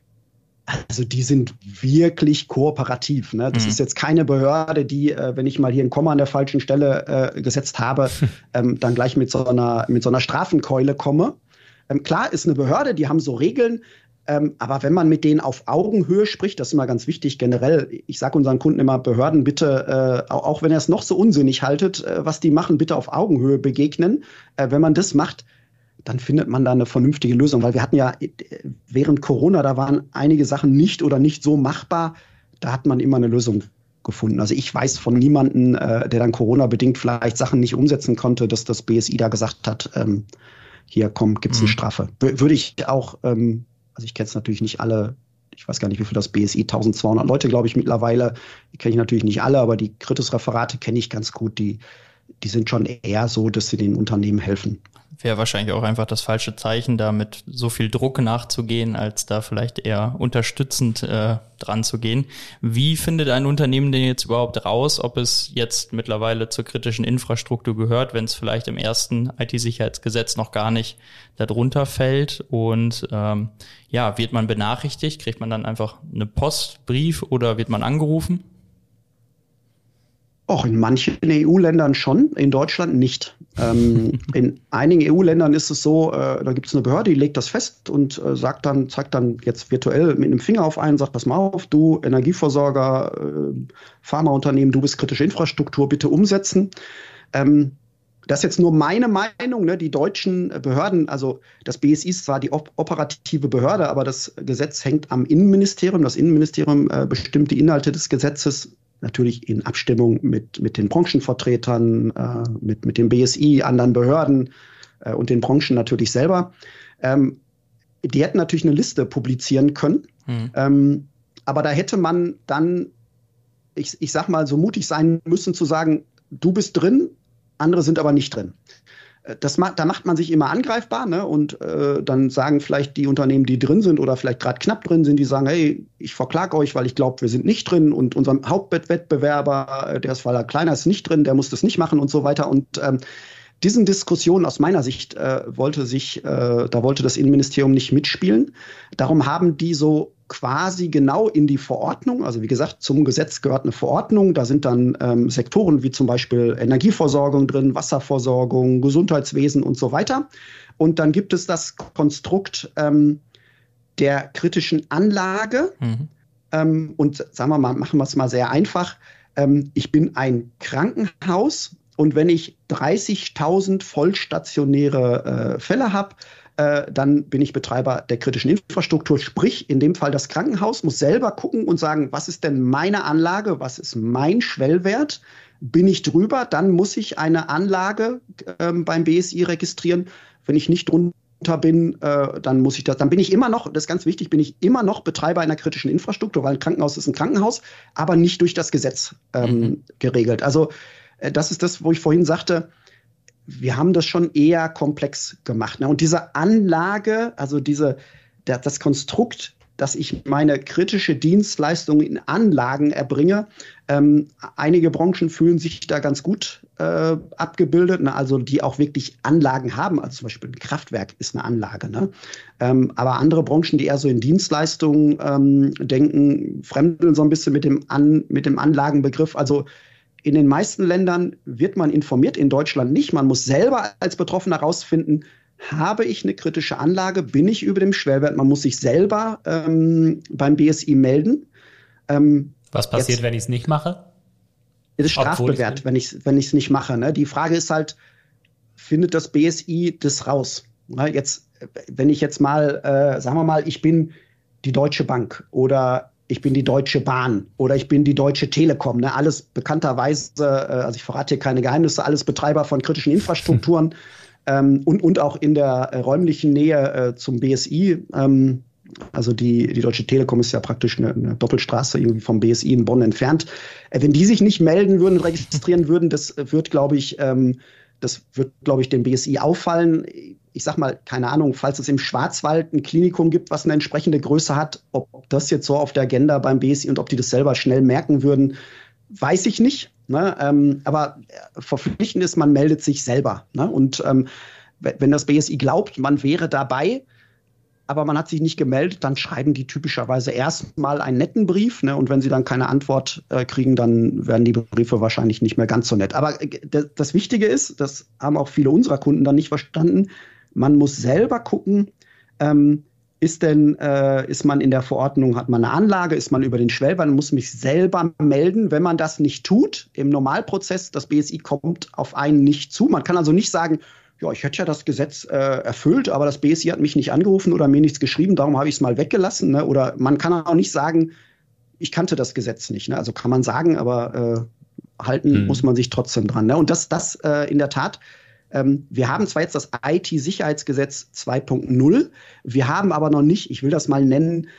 Also die sind wirklich kooperativ. Ne? Das ist jetzt keine Behörde, die, wenn ich mal hier ein Komma an der falschen Stelle gesetzt habe, dann gleich mit so einer Strafenkeule komme. Klar ist eine Behörde, die haben so Regeln, aber wenn man mit denen auf Augenhöhe spricht, das ist immer ganz wichtig generell. Ich sage unseren Kunden immer, Behörden bitte, auch wenn ihr es noch so unsinnig haltet, was die machen, bitte auf Augenhöhe begegnen. Wenn man das macht, dann findet man da eine vernünftige Lösung. Weil wir hatten ja während Corona, da waren einige Sachen nicht so machbar. Da hat man immer eine Lösung gefunden. Also ich weiß von niemandem, der dann Corona-bedingt vielleicht Sachen nicht umsetzen konnte, dass das BSI da gesagt hat, hier komm, gibt's eine Strafe. Würde ich auch, also ich kenne es natürlich nicht alle, ich weiß gar nicht, wie viel das BSI, 1200 Leute, glaube ich, mittlerweile. Die kenne ich natürlich nicht alle, aber die Kritis-Referate kenne ich ganz gut. Die sind schon eher so, dass sie den Unternehmen helfen. Wäre wahrscheinlich auch einfach das falsche Zeichen, da mit so viel Druck nachzugehen, als da vielleicht eher unterstützend dran zu gehen. Wie findet ein Unternehmen denn jetzt überhaupt raus, ob es jetzt mittlerweile zur kritischen Infrastruktur gehört, wenn es vielleicht im ersten IT-Sicherheitsgesetz noch gar nicht darunter fällt? Und wird man benachrichtigt? Kriegt man dann einfach eine Post, Brief oder wird man angerufen? Auch in manchen EU-Ländern schon, in Deutschland nicht. In einigen EU-Ländern ist es so, da gibt es eine Behörde, die legt das fest und zeigt dann jetzt virtuell mit einem Finger auf einen, sagt, pass mal auf, du Energieversorger, Pharmaunternehmen, du bist kritische Infrastruktur, bitte umsetzen. Das ist jetzt nur meine Meinung, ne? Die deutschen Behörden, also das BSI ist zwar die operative Behörde, aber das Gesetz hängt am Innenministerium. Das Innenministerium bestimmt die Inhalte des Gesetzes, natürlich in Abstimmung mit den Branchenvertretern, mit dem BSI, anderen Behörden und den Branchen natürlich selber. Die hätten natürlich eine Liste publizieren können, aber da hätte man dann, ich sag mal, so mutig sein müssen zu sagen, du bist drin, andere sind aber nicht drin. Da macht man sich immer angreifbar, ne? Und dann sagen vielleicht die Unternehmen, die drin sind oder vielleicht gerade knapp drin sind, die sagen, hey, ich verklage euch, weil ich glaube, wir sind nicht drin und unser Hauptwettbewerber, der ist, weil er kleiner ist, nicht drin, der muss das nicht machen und so weiter. Und diesen Diskussionen aus meiner Sicht wollte das Innenministerium nicht mitspielen. Darum haben die so quasi genau in die Verordnung, also wie gesagt, zum Gesetz gehört eine Verordnung, da sind dann Sektoren wie zum Beispiel Energieversorgung drin, Wasserversorgung, Gesundheitswesen und so weiter. Und dann gibt es das Konstrukt der kritischen Anlage. Und sagen wir mal, machen wir es mal sehr einfach. Ich bin ein Krankenhaus und wenn ich 30.000 vollstationäre Fälle habe, dann bin ich Betreiber der kritischen Infrastruktur. Sprich, in dem Fall das Krankenhaus muss selber gucken und sagen, was ist denn meine Anlage, was ist mein Schwellwert? Bin ich drüber, dann muss ich eine Anlage beim BSI registrieren. Wenn ich nicht drunter bin, dann muss ich das. Dann bin ich immer noch, das ist ganz wichtig, bin ich immer noch Betreiber einer kritischen Infrastruktur, weil ein Krankenhaus ist ein Krankenhaus, aber nicht durch das Gesetz geregelt. Also das ist das, wo ich vorhin sagte, wir haben das schon eher komplex gemacht. Ne? Und diese Anlage, also das Konstrukt, dass ich meine kritische Dienstleistung in Anlagen erbringe, einige Branchen fühlen sich da ganz gut abgebildet, ne? Also die auch wirklich Anlagen haben. Also zum Beispiel ein Kraftwerk ist eine Anlage. Ne? Aber andere Branchen, die eher so in Dienstleistungen denken, fremdeln so ein bisschen mit dem Anlagenbegriff. Also in den meisten Ländern wird man informiert, in Deutschland nicht. Man muss selber als Betroffener herausfinden, habe ich eine kritische Anlage, bin ich über dem Schwellwert. Man muss sich selber beim BSI melden. Was passiert, wenn ich es nicht mache? Es ist strafbewehrt, wenn ich es nicht mache. Ne? Die Frage ist halt, findet das BSI das raus? Ne? Jetzt, wenn ich jetzt mal, sagen wir mal, ich bin die Deutsche Bank oder ich bin die Deutsche Bahn oder ich bin die Deutsche Telekom. Ne? Alles bekannterweise, also ich verrate hier keine Geheimnisse, alles Betreiber von kritischen Infrastrukturen und auch in der räumlichen Nähe zum BSI. Also die Deutsche Telekom ist ja praktisch eine Doppelstraße irgendwie vom BSI in Bonn entfernt. Wenn die sich nicht melden würden, registrieren würden, das wird, glaube ich, dem BSI auffallen. Ich sag mal, keine Ahnung, falls es im Schwarzwald ein Klinikum gibt, was eine entsprechende Größe hat, ob das jetzt so auf der Agenda beim BSI und ob die das selber schnell merken würden, weiß ich nicht. Ne? Aber verpflichtend ist, man meldet sich selber. Ne? Und wenn das BSI glaubt, man wäre dabei, aber man hat sich nicht gemeldet, dann schreiben die typischerweise erstmal einen netten Brief. Ne? Und wenn sie dann keine Antwort kriegen, dann werden die Briefe wahrscheinlich nicht mehr ganz so nett. Aber das Wichtige ist, das haben auch viele unserer Kunden dann nicht verstanden, man muss selber gucken, ist man in der Verordnung, hat man eine Anlage, ist man über den Schwellwert, muss mich selber melden. Wenn man das nicht tut, im Normalprozess, das BSI kommt auf einen nicht zu. Man kann also nicht sagen, ja, ich hätte ja das Gesetz erfüllt, aber das BSI hat mich nicht angerufen oder mir nichts geschrieben, darum habe ich es mal weggelassen. Ne? Oder man kann auch nicht sagen, ich kannte das Gesetz nicht. Ne? Also kann man sagen, aber halten muss man sich trotzdem dran. Ne? Und das in der Tat, wir haben zwar jetzt das IT-Sicherheitsgesetz 2.0, wir haben aber noch nicht, ich will das mal nennen,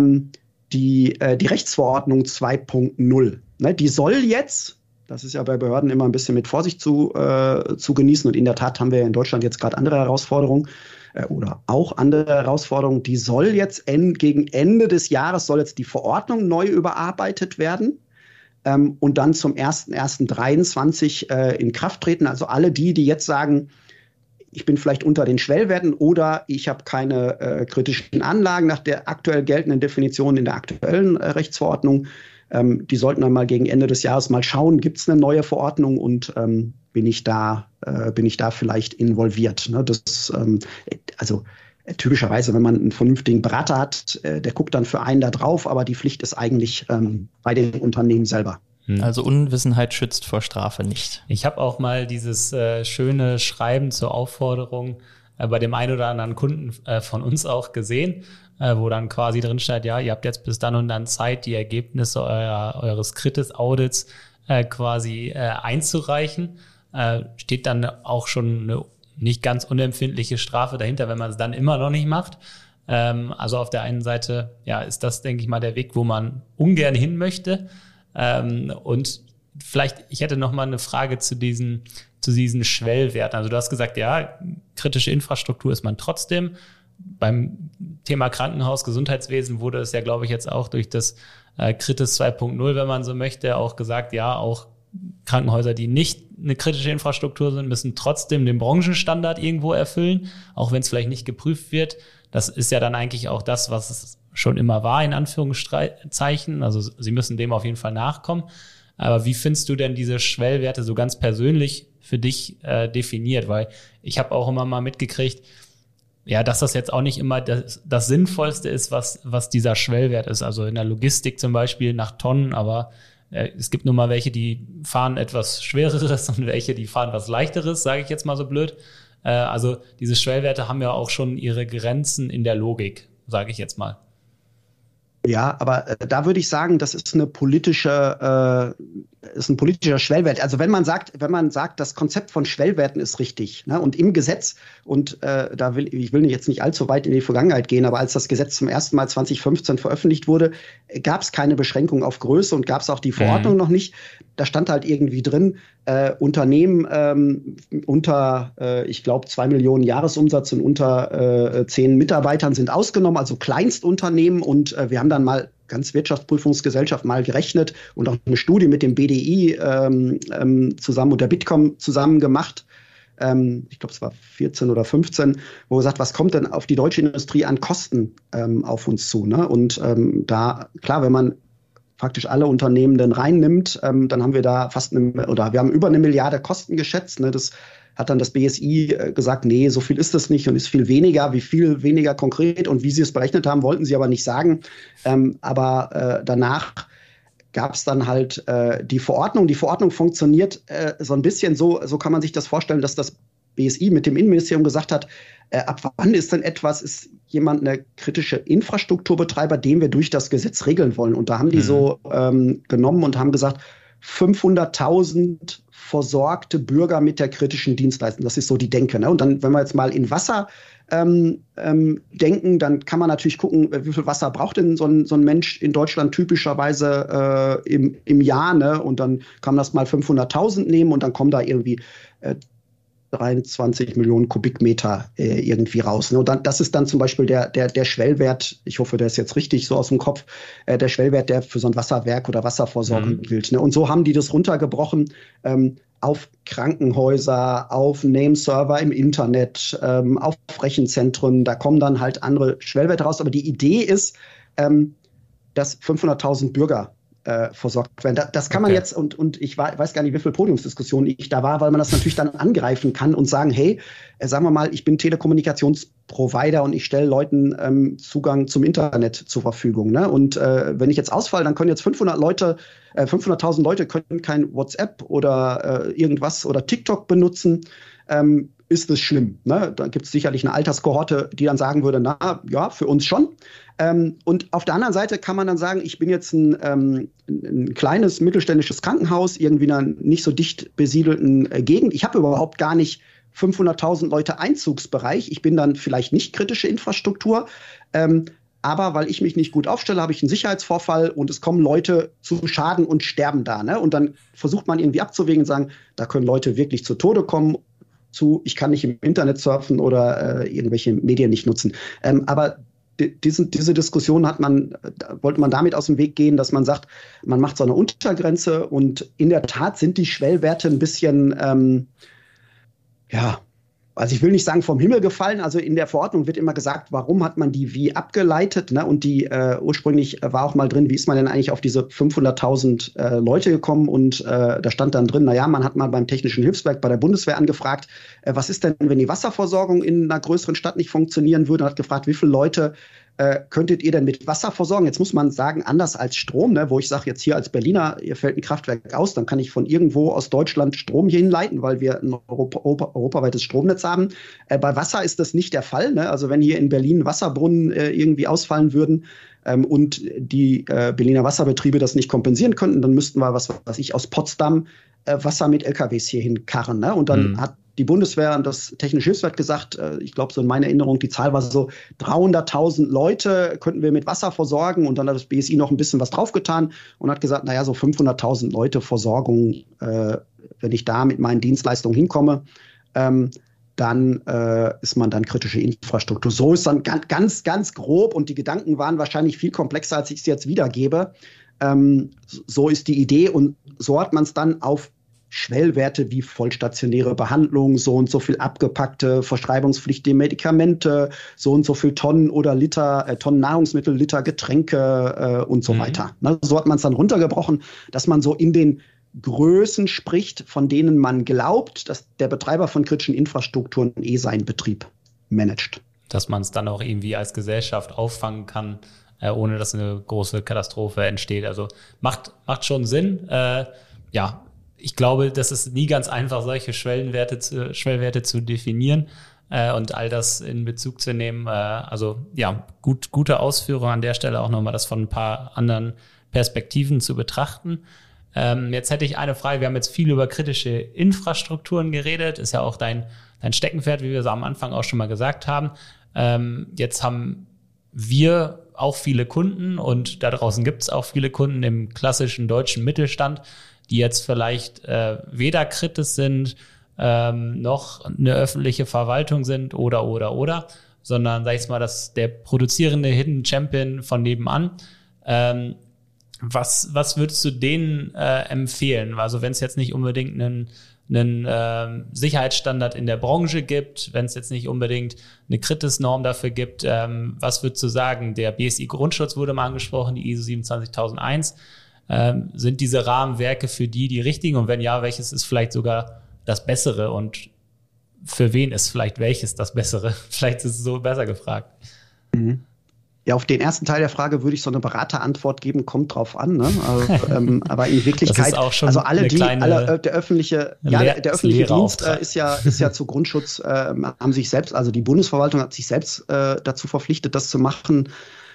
die Rechtsverordnung 2.0. Ne? Die soll jetzt, das ist ja bei Behörden immer ein bisschen mit Vorsicht zu genießen. Und in der Tat haben wir in Deutschland jetzt gerade andere Herausforderungen oder auch andere Herausforderungen. Die soll jetzt gegen Ende des Jahres soll jetzt die Verordnung neu überarbeitet werden und dann zum 01.01.2023 in Kraft treten. Also alle die jetzt sagen, ich bin vielleicht unter den Schwellwerten oder ich habe keine kritischen Anlagen nach der aktuell geltenden Definition in der aktuellen Rechtsverordnung, die sollten dann mal gegen Ende des Jahres mal schauen, gibt es eine neue Verordnung und bin ich da vielleicht involviert. Ne? Also typischerweise, wenn man einen vernünftigen Berater hat, der guckt dann für einen da drauf, aber die Pflicht ist eigentlich bei den Unternehmen selber. Also Unwissenheit schützt vor Strafe nicht. Ich habe auch mal dieses schöne Schreiben zur Aufforderung bei dem einen oder anderen Kunden von uns auch gesehen, wo dann quasi drin steht, ja, ihr habt jetzt bis dann und dann Zeit, die Ergebnisse eures Kritis-Audits quasi einzureichen. Steht dann auch schon eine nicht ganz unempfindliche Strafe dahinter, wenn man es dann immer noch nicht macht. Also auf der einen Seite, ja, ist das, denke ich mal, der Weg, wo man ungern hin möchte. Und vielleicht, ich hätte noch mal eine Frage zu diesen Schwellwerten. Also du hast gesagt, ja, kritische Infrastruktur ist man trotzdem. Beim Thema Krankenhaus, Gesundheitswesen wurde es ja, glaube ich, jetzt auch durch das Kritis 2.0, wenn man so möchte, auch gesagt, ja, auch Krankenhäuser, die nicht eine kritische Infrastruktur sind, müssen trotzdem den Branchenstandard irgendwo erfüllen, auch wenn es vielleicht nicht geprüft wird. Das ist ja dann eigentlich auch das, was es schon immer war, in Anführungszeichen. Also sie müssen dem auf jeden Fall nachkommen. Aber wie findest du denn diese Schwellwerte so ganz persönlich für dich definiert? Weil ich habe auch immer mal mitgekriegt, ja, dass das jetzt auch nicht immer das Sinnvollste ist, was dieser Schwellwert ist. Also in der Logistik zum Beispiel nach Tonnen, aber es gibt nun mal welche, die fahren etwas Schwereres und welche, die fahren was Leichteres, sage ich jetzt mal so blöd. Also diese Schwellwerte haben ja auch schon ihre Grenzen in der Logik, sage ich jetzt mal. Ja, aber da würde ich sagen, das ist ein politischer Schwellwert. Also wenn man sagt, das Konzept von Schwellwerten ist richtig, ne, und im Gesetz, und ich will jetzt nicht allzu weit in die Vergangenheit gehen, aber als das Gesetz zum ersten Mal 2015 veröffentlicht wurde, gab es keine Beschränkung auf Größe und gab es auch die Verordnung noch nicht. Da stand halt irgendwie drin, Unternehmen unter, ich glaube, 2 Millionen Jahresumsatz und unter 10 Mitarbeitern sind ausgenommen, also Kleinstunternehmen. Und wir haben dann mal ganz Wirtschaftsprüfungsgesellschaft mal gerechnet und auch eine Studie mit dem BDI zusammen und der Bitkom zusammen gemacht. Ich glaube, es war 14 oder 15, wo gesagt, was kommt denn auf die deutsche Industrie an Kosten auf uns zu? Ne? Und da, klar, wenn man praktisch alle Unternehmen dann reinnimmt, dann haben wir da wir haben über 1 Milliarde Kosten geschätzt. Ne? Das hat dann das BSI gesagt, nee, so viel ist das nicht und ist viel weniger. Wie viel weniger konkret und wie sie es berechnet haben, wollten sie aber nicht sagen. Aber danach gab es dann halt die Verordnung. Die Verordnung funktioniert so ein bisschen so kann man sich das vorstellen, dass das BSI mit dem Innenministerium gesagt hat, ab wann ist jemand eine kritische Infrastrukturbetreiber, den wir durch das Gesetz regeln wollen. Und da haben die so genommen und haben gesagt, 500.000 versorgte Bürger mit der kritischen Dienstleistung. Das ist so die Denke. Ne? Und dann, wenn wir jetzt mal in Wasser denken, dann kann man natürlich gucken, wie viel Wasser braucht denn so ein Mensch in Deutschland typischerweise im Jahr. Ne? Und dann kann man das mal 500.000 nehmen und dann kommen da irgendwie 23 Millionen Kubikmeter irgendwie raus. Ne? Und das ist dann zum Beispiel der Schwellwert, ich hoffe, der ist jetzt richtig so aus dem Kopf, der Schwellwert, der für so ein Wasserwerk oder Wasserversorgung gilt. Ne? Und so haben die das runtergebrochen auf Krankenhäuser, auf Nameserver im Internet, auf Rechenzentren. Da kommen dann halt andere Schwellwerte raus. Aber die Idee ist, dass 500.000 Bürger versorgt werden. Das kann man jetzt, und ich weiß gar nicht, wie viel Podiumsdiskussionen ich da war, weil man das natürlich dann angreifen kann und sagen, hey, sagen wir mal, ich bin Telekommunikationsprovider und ich stelle Leuten Zugang zum Internet zur Verfügung. Ne? Und wenn ich jetzt ausfalle, dann können jetzt 500.000 Leute können kein WhatsApp oder irgendwas oder TikTok benutzen. Ist es schlimm? Ne? Da gibt es sicherlich eine Alterskohorte, die dann sagen würde, na ja, für uns schon. Und auf der anderen Seite kann man dann sagen, ich bin jetzt ein kleines mittelständisches Krankenhaus, irgendwie in einer nicht so dicht besiedelten Gegend. Ich habe überhaupt gar nicht 500.000 Leute Einzugsbereich. Ich bin dann vielleicht nicht kritische Infrastruktur. Aber weil ich mich nicht gut aufstelle, habe ich einen Sicherheitsvorfall und es kommen Leute zu Schaden und sterben da. Ne? Und dann versucht man irgendwie abzuwägen und sagen, da können Leute wirklich zu Tode kommen. Ich kann nicht im Internet surfen oder irgendwelche Medien nicht nutzen. Aber diese Diskussion wollte man damit aus dem Weg gehen, dass man sagt, man macht so eine Untergrenze und in der Tat sind die Schwellwerte ein bisschen, also ich will nicht sagen vom Himmel gefallen, also in der Verordnung wird immer gesagt, warum hat man die wie abgeleitet, ne? Und die ursprünglich war auch mal drin, wie ist man denn eigentlich auf diese 500.000 Leute gekommen und da stand dann drin, man hat mal beim Technischen Hilfswerk bei der Bundeswehr angefragt, was ist denn, wenn die Wasserversorgung in einer größeren Stadt nicht funktionieren würde, hat gefragt, wie viele Leute könntet ihr denn mit Wasser versorgen? Jetzt muss man sagen, anders als Strom, ne, wo ich sage jetzt hier als Berliner, hier fällt ein Kraftwerk aus, dann kann ich von irgendwo aus Deutschland Strom hier hinleiten, weil wir ein europaweites Stromnetz haben. Bei Wasser ist das nicht der Fall. Ne? Also wenn hier in Berlin Wasserbrunnen irgendwie ausfallen würden und die Berliner Wasserbetriebe das nicht kompensieren könnten, dann müssten wir, was weiß ich, aus Potsdam Wasser mit LKWs hier hinkarren. Ne? Und dann hat die Bundeswehr und das Technische Hilfswerk gesagt, ich glaube, so in meiner Erinnerung, die Zahl war so 300.000 Leute könnten wir mit Wasser versorgen. Und dann hat das BSI noch ein bisschen was draufgetan und hat gesagt, naja, so 500.000 Leute Versorgung, wenn ich da mit meinen Dienstleistungen hinkomme, dann ist man dann kritische Infrastruktur. So ist dann ganz, ganz grob und die Gedanken waren wahrscheinlich viel komplexer, als ich es jetzt wiedergebe. So ist die Idee und so hat man es dann auf Schwellwerte wie vollstationäre Behandlung, so und so viel abgepackte, verschreibungspflichtige Medikamente, so und so viel Tonnen oder Liter, Tonnen Nahrungsmittel, Liter Getränke und so weiter. Ne? So hat man es dann runtergebrochen, dass man so in den Größen spricht, von denen man glaubt, dass der Betreiber von kritischen Infrastrukturen seinen Betrieb managt. Dass man es dann auch irgendwie als Gesellschaft auffangen kann, ohne dass eine große Katastrophe entsteht. Also macht schon Sinn. Ich glaube, das ist nie ganz einfach, solche Schwellwerte zu definieren und all das in Bezug zu nehmen. Gute Ausführung an der Stelle auch nochmal, das von ein paar anderen Perspektiven zu betrachten. Jetzt hätte ich eine Frage. Wir haben jetzt viel über kritische Infrastrukturen geredet. Ist ja auch dein Steckenpferd, wie wir es am Anfang auch schon mal gesagt haben. Jetzt haben wir auch viele Kunden und da draußen gibt es auch viele Kunden im klassischen deutschen Mittelstand, die jetzt vielleicht weder kritisch sind, noch eine öffentliche Verwaltung sind oder, sondern, sag ich mal, das der produzierende Hidden Champion von nebenan. Was würdest du denen empfehlen? Also wenn es jetzt nicht unbedingt einen Sicherheitsstandard in der Branche gibt, wenn es jetzt nicht unbedingt eine Kritis-Norm dafür gibt, was würdest du sagen? Der BSI-Grundschutz wurde mal angesprochen, die ISO 27001. Sind diese Rahmenwerke für die richtigen? Und wenn ja, welches ist vielleicht sogar das Bessere? Und für wen ist vielleicht welches das Bessere? Vielleicht ist es so besser gefragt. Mhm. Ja, auf den ersten Teil der Frage würde ich so eine Beraterantwort geben, kommt drauf an. Ne? Also, aber in Wirklichkeit, also der öffentliche Dienst ist ja zu Grundschutz, haben sich selbst, also die Bundesverwaltung hat sich selbst dazu verpflichtet, das zu machen.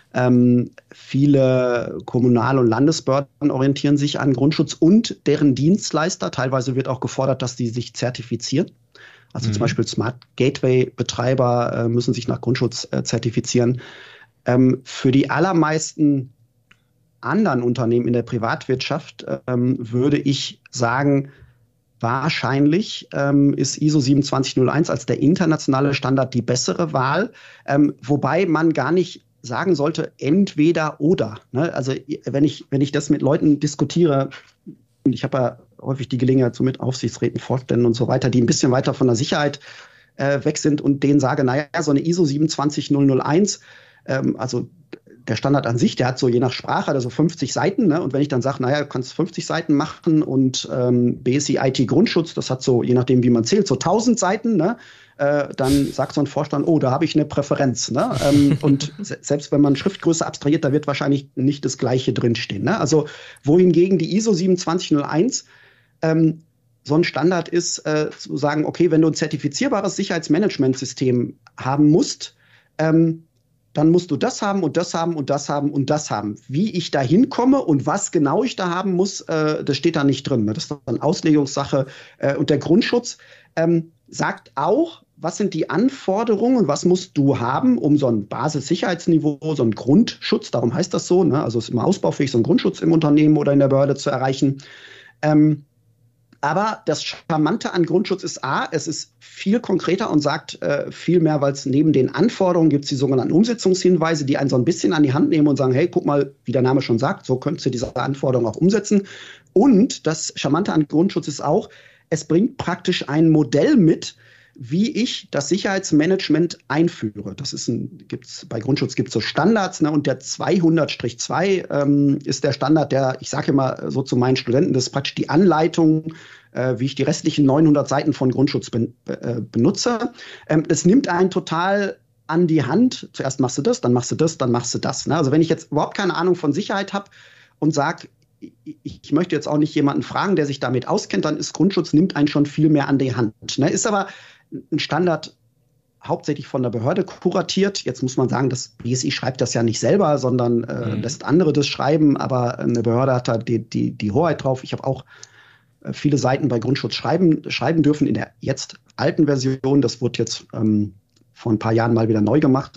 Viele Kommunal- und Landesbehörden orientieren sich an Grundschutz und deren Dienstleister. Teilweise wird auch gefordert, dass die sich zertifizieren. Also zum Beispiel Smart Gateway-Betreiber müssen sich nach Grundschutz zertifizieren. Für die allermeisten anderen Unternehmen in der Privatwirtschaft würde ich sagen, wahrscheinlich ist ISO 27001 als der internationale Standard die bessere Wahl, wobei man gar nicht sagen sollte, entweder oder. Ne? Also wenn ich das mit Leuten diskutiere, und ich habe ja häufig die Gelegenheit, so mit Aufsichtsräten, Vorständen und so weiter, die ein bisschen weiter von der Sicherheit weg sind und denen sage, naja, so eine ISO 27001, also der Standard an sich, der hat so je nach Sprache also 50 Seiten. Ne? Und wenn ich dann sage, naja, du kannst 50 Seiten machen und BSI IT Grundschutz, das hat so, je nachdem wie man zählt, so 1000 Seiten, ne? Dann sagt so ein Vorstand, oh, da habe ich eine Präferenz. Ne? Und selbst wenn man Schriftgröße abstrahiert, da wird wahrscheinlich nicht das Gleiche drinstehen. Ne? Also wohingegen die ISO 27001 so ein Standard ist, zu sagen, okay, wenn du ein zertifizierbares Sicherheitsmanagementsystem haben musst, dann musst du das haben und das haben und das haben und das haben. Wie ich da hinkomme und was genau ich da haben muss, das steht da nicht drin. Ne? Das ist dann Auslegungssache. Und der Grundschutz sagt auch, was sind die Anforderungen, was musst du haben, um so ein Basissicherheitsniveau, so einen Grundschutz, darum heißt das so, ne? Also es ist immer ausbaufähig, so einen Grundschutz im Unternehmen oder in der Behörde zu erreichen. Aber das Charmante an Grundschutz ist es ist viel konkreter und sagt viel mehr, weil es neben den Anforderungen gibt es die sogenannten Umsetzungshinweise, die einen so ein bisschen an die Hand nehmen und sagen, hey, guck mal, wie der Name schon sagt, so könntest du diese Anforderungen auch umsetzen. Und das Charmante an Grundschutz ist auch, es bringt praktisch ein Modell mit, wie ich das Sicherheitsmanagement einführe. Bei Grundschutz gibt es so Standards, ne, und der 200-2 ist der Standard, der, ich sage immer so zu meinen Studenten, das ist praktisch die Anleitung, wie ich die restlichen 900 Seiten von Grundschutz benutze. Es nimmt einen total an die Hand. Zuerst machst du das, dann machst du das, dann machst du das. Ne? Also wenn ich jetzt überhaupt keine Ahnung von Sicherheit habe und sage, ich möchte jetzt auch nicht jemanden fragen, der sich damit auskennt, dann ist Grundschutz, nimmt einen schon viel mehr an die Hand. Ne? Ist aber ein Standard hauptsächlich von der Behörde kuratiert. Jetzt muss man sagen, das BSI schreibt das ja nicht selber, sondern lässt andere das schreiben, aber eine Behörde hat da die Hoheit drauf. Ich habe auch viele Seiten bei Grundschutz schreiben dürfen in der jetzt alten Version. Das wurde jetzt vor ein paar Jahren mal wieder neu gemacht.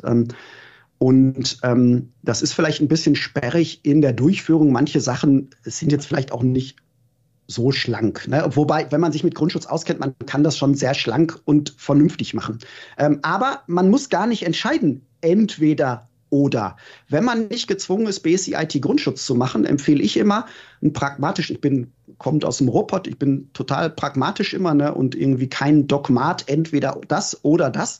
Und das ist vielleicht ein bisschen sperrig in der Durchführung. Manche Sachen sind jetzt vielleicht auch nicht so schlank. Ne? Wobei, wenn man sich mit Grundschutz auskennt, man kann das schon sehr schlank und vernünftig machen. Aber man muss gar nicht entscheiden, entweder oder. Wenn man nicht gezwungen ist, BSI IT Grundschutz zu machen, empfehle ich immer kommt aus dem Ruhrpott, ich bin total pragmatisch immer, ne? Und irgendwie kein Dogmat, entweder das oder das.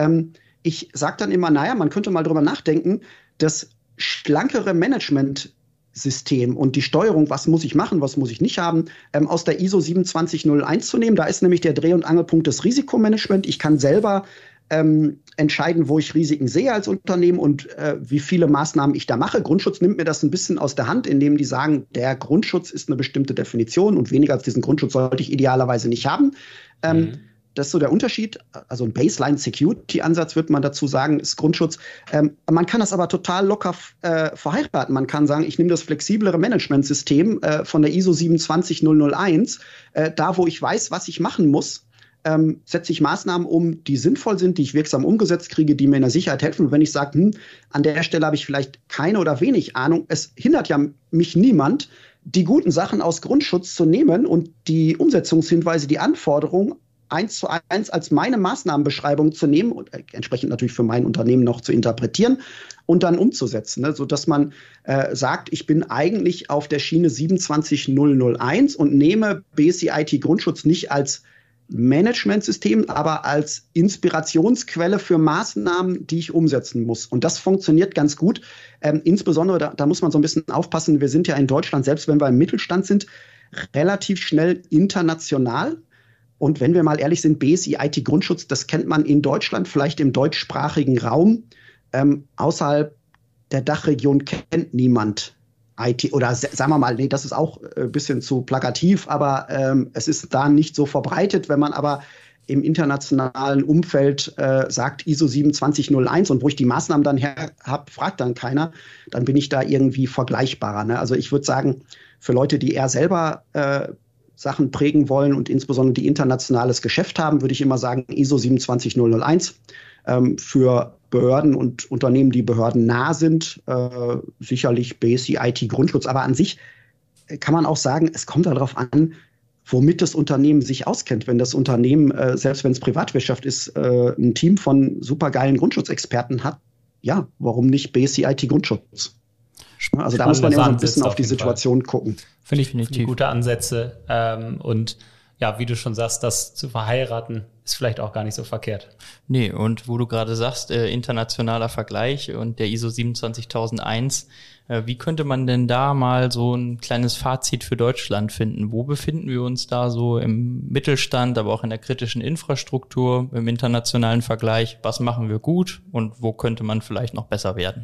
Ich sage dann immer, naja, man könnte mal drüber nachdenken, das schlankere Management-System und die Steuerung, was muss ich machen, was muss ich nicht haben, aus der ISO 27001 zu nehmen. Da ist nämlich der Dreh- und Angelpunkt des Risikomanagement. Ich kann selber entscheiden, wo ich Risiken sehe als Unternehmen und wie viele Maßnahmen ich da mache. Grundschutz nimmt mir das ein bisschen aus der Hand, indem die sagen, der Grundschutz ist eine bestimmte Definition und weniger als diesen Grundschutz sollte ich idealerweise nicht haben. Das ist so der Unterschied. Also ein Baseline-Security-Ansatz, würde man dazu sagen, ist Grundschutz. Man kann das aber total locker verheiraten. Man kann sagen, ich nehme das flexiblere Managementsystem von der ISO 27001, da wo ich weiß, was ich machen muss, setze ich Maßnahmen um, die sinnvoll sind, die ich wirksam umgesetzt kriege, die mir in der Sicherheit helfen. Und wenn ich sage, an der Stelle habe ich vielleicht keine oder wenig Ahnung, es hindert ja mich niemand, die guten Sachen aus Grundschutz zu nehmen und die Umsetzungshinweise, die Anforderungen 1:1 als meine Maßnahmenbeschreibung zu nehmen und entsprechend natürlich für mein Unternehmen noch zu interpretieren und dann umzusetzen, ne? Sodass man sagt, ich bin eigentlich auf der Schiene 27001 und nehme BSI IT Grundschutz nicht als Managementsystem, aber als Inspirationsquelle für Maßnahmen, die ich umsetzen muss. Und das funktioniert ganz gut. Insbesondere, da muss man so ein bisschen aufpassen, wir sind ja in Deutschland, selbst wenn wir im Mittelstand sind, relativ schnell international. Und wenn wir mal ehrlich sind, BSI IT Grundschutz, das kennt man in Deutschland, vielleicht im deutschsprachigen Raum. Außerhalb der Dachregion kennt niemand IT, oder sagen wir mal, nee, das ist auch ein bisschen zu plakativ, aber es ist da nicht so verbreitet. Wenn man aber im internationalen Umfeld sagt ISO 27001 und wo ich die Maßnahmen dann her habe, fragt dann keiner, dann bin ich da irgendwie vergleichbarer. Ne? Also ich würde sagen, für Leute, die eher selber Sachen prägen wollen und insbesondere die internationales Geschäft haben, würde ich immer sagen ISO 27001. Für Behörden und Unternehmen, die behördennah sind, sicherlich BSI IT Grundschutz. Aber an sich kann man auch sagen, es kommt darauf an, womit das Unternehmen sich auskennt. Wenn das Unternehmen, selbst wenn es Privatwirtschaft ist, ein Team von supergeilen Grundschutzexperten hat, ja, warum nicht BSI IT Grundschutz? Also da muss man immer so ein bisschen auf die Situation gucken. Finde ich gute Ansätze. Und ja, wie du schon sagst, das zu verheiraten, ist vielleicht auch gar nicht so verkehrt. Nee, und wo du gerade sagst, internationaler Vergleich und der ISO 27001, wie könnte man denn da mal so ein kleines Fazit für Deutschland finden? Wo befinden wir uns da so im Mittelstand, aber auch in der kritischen Infrastruktur, im internationalen Vergleich? Was machen wir gut und wo könnte man vielleicht noch besser werden?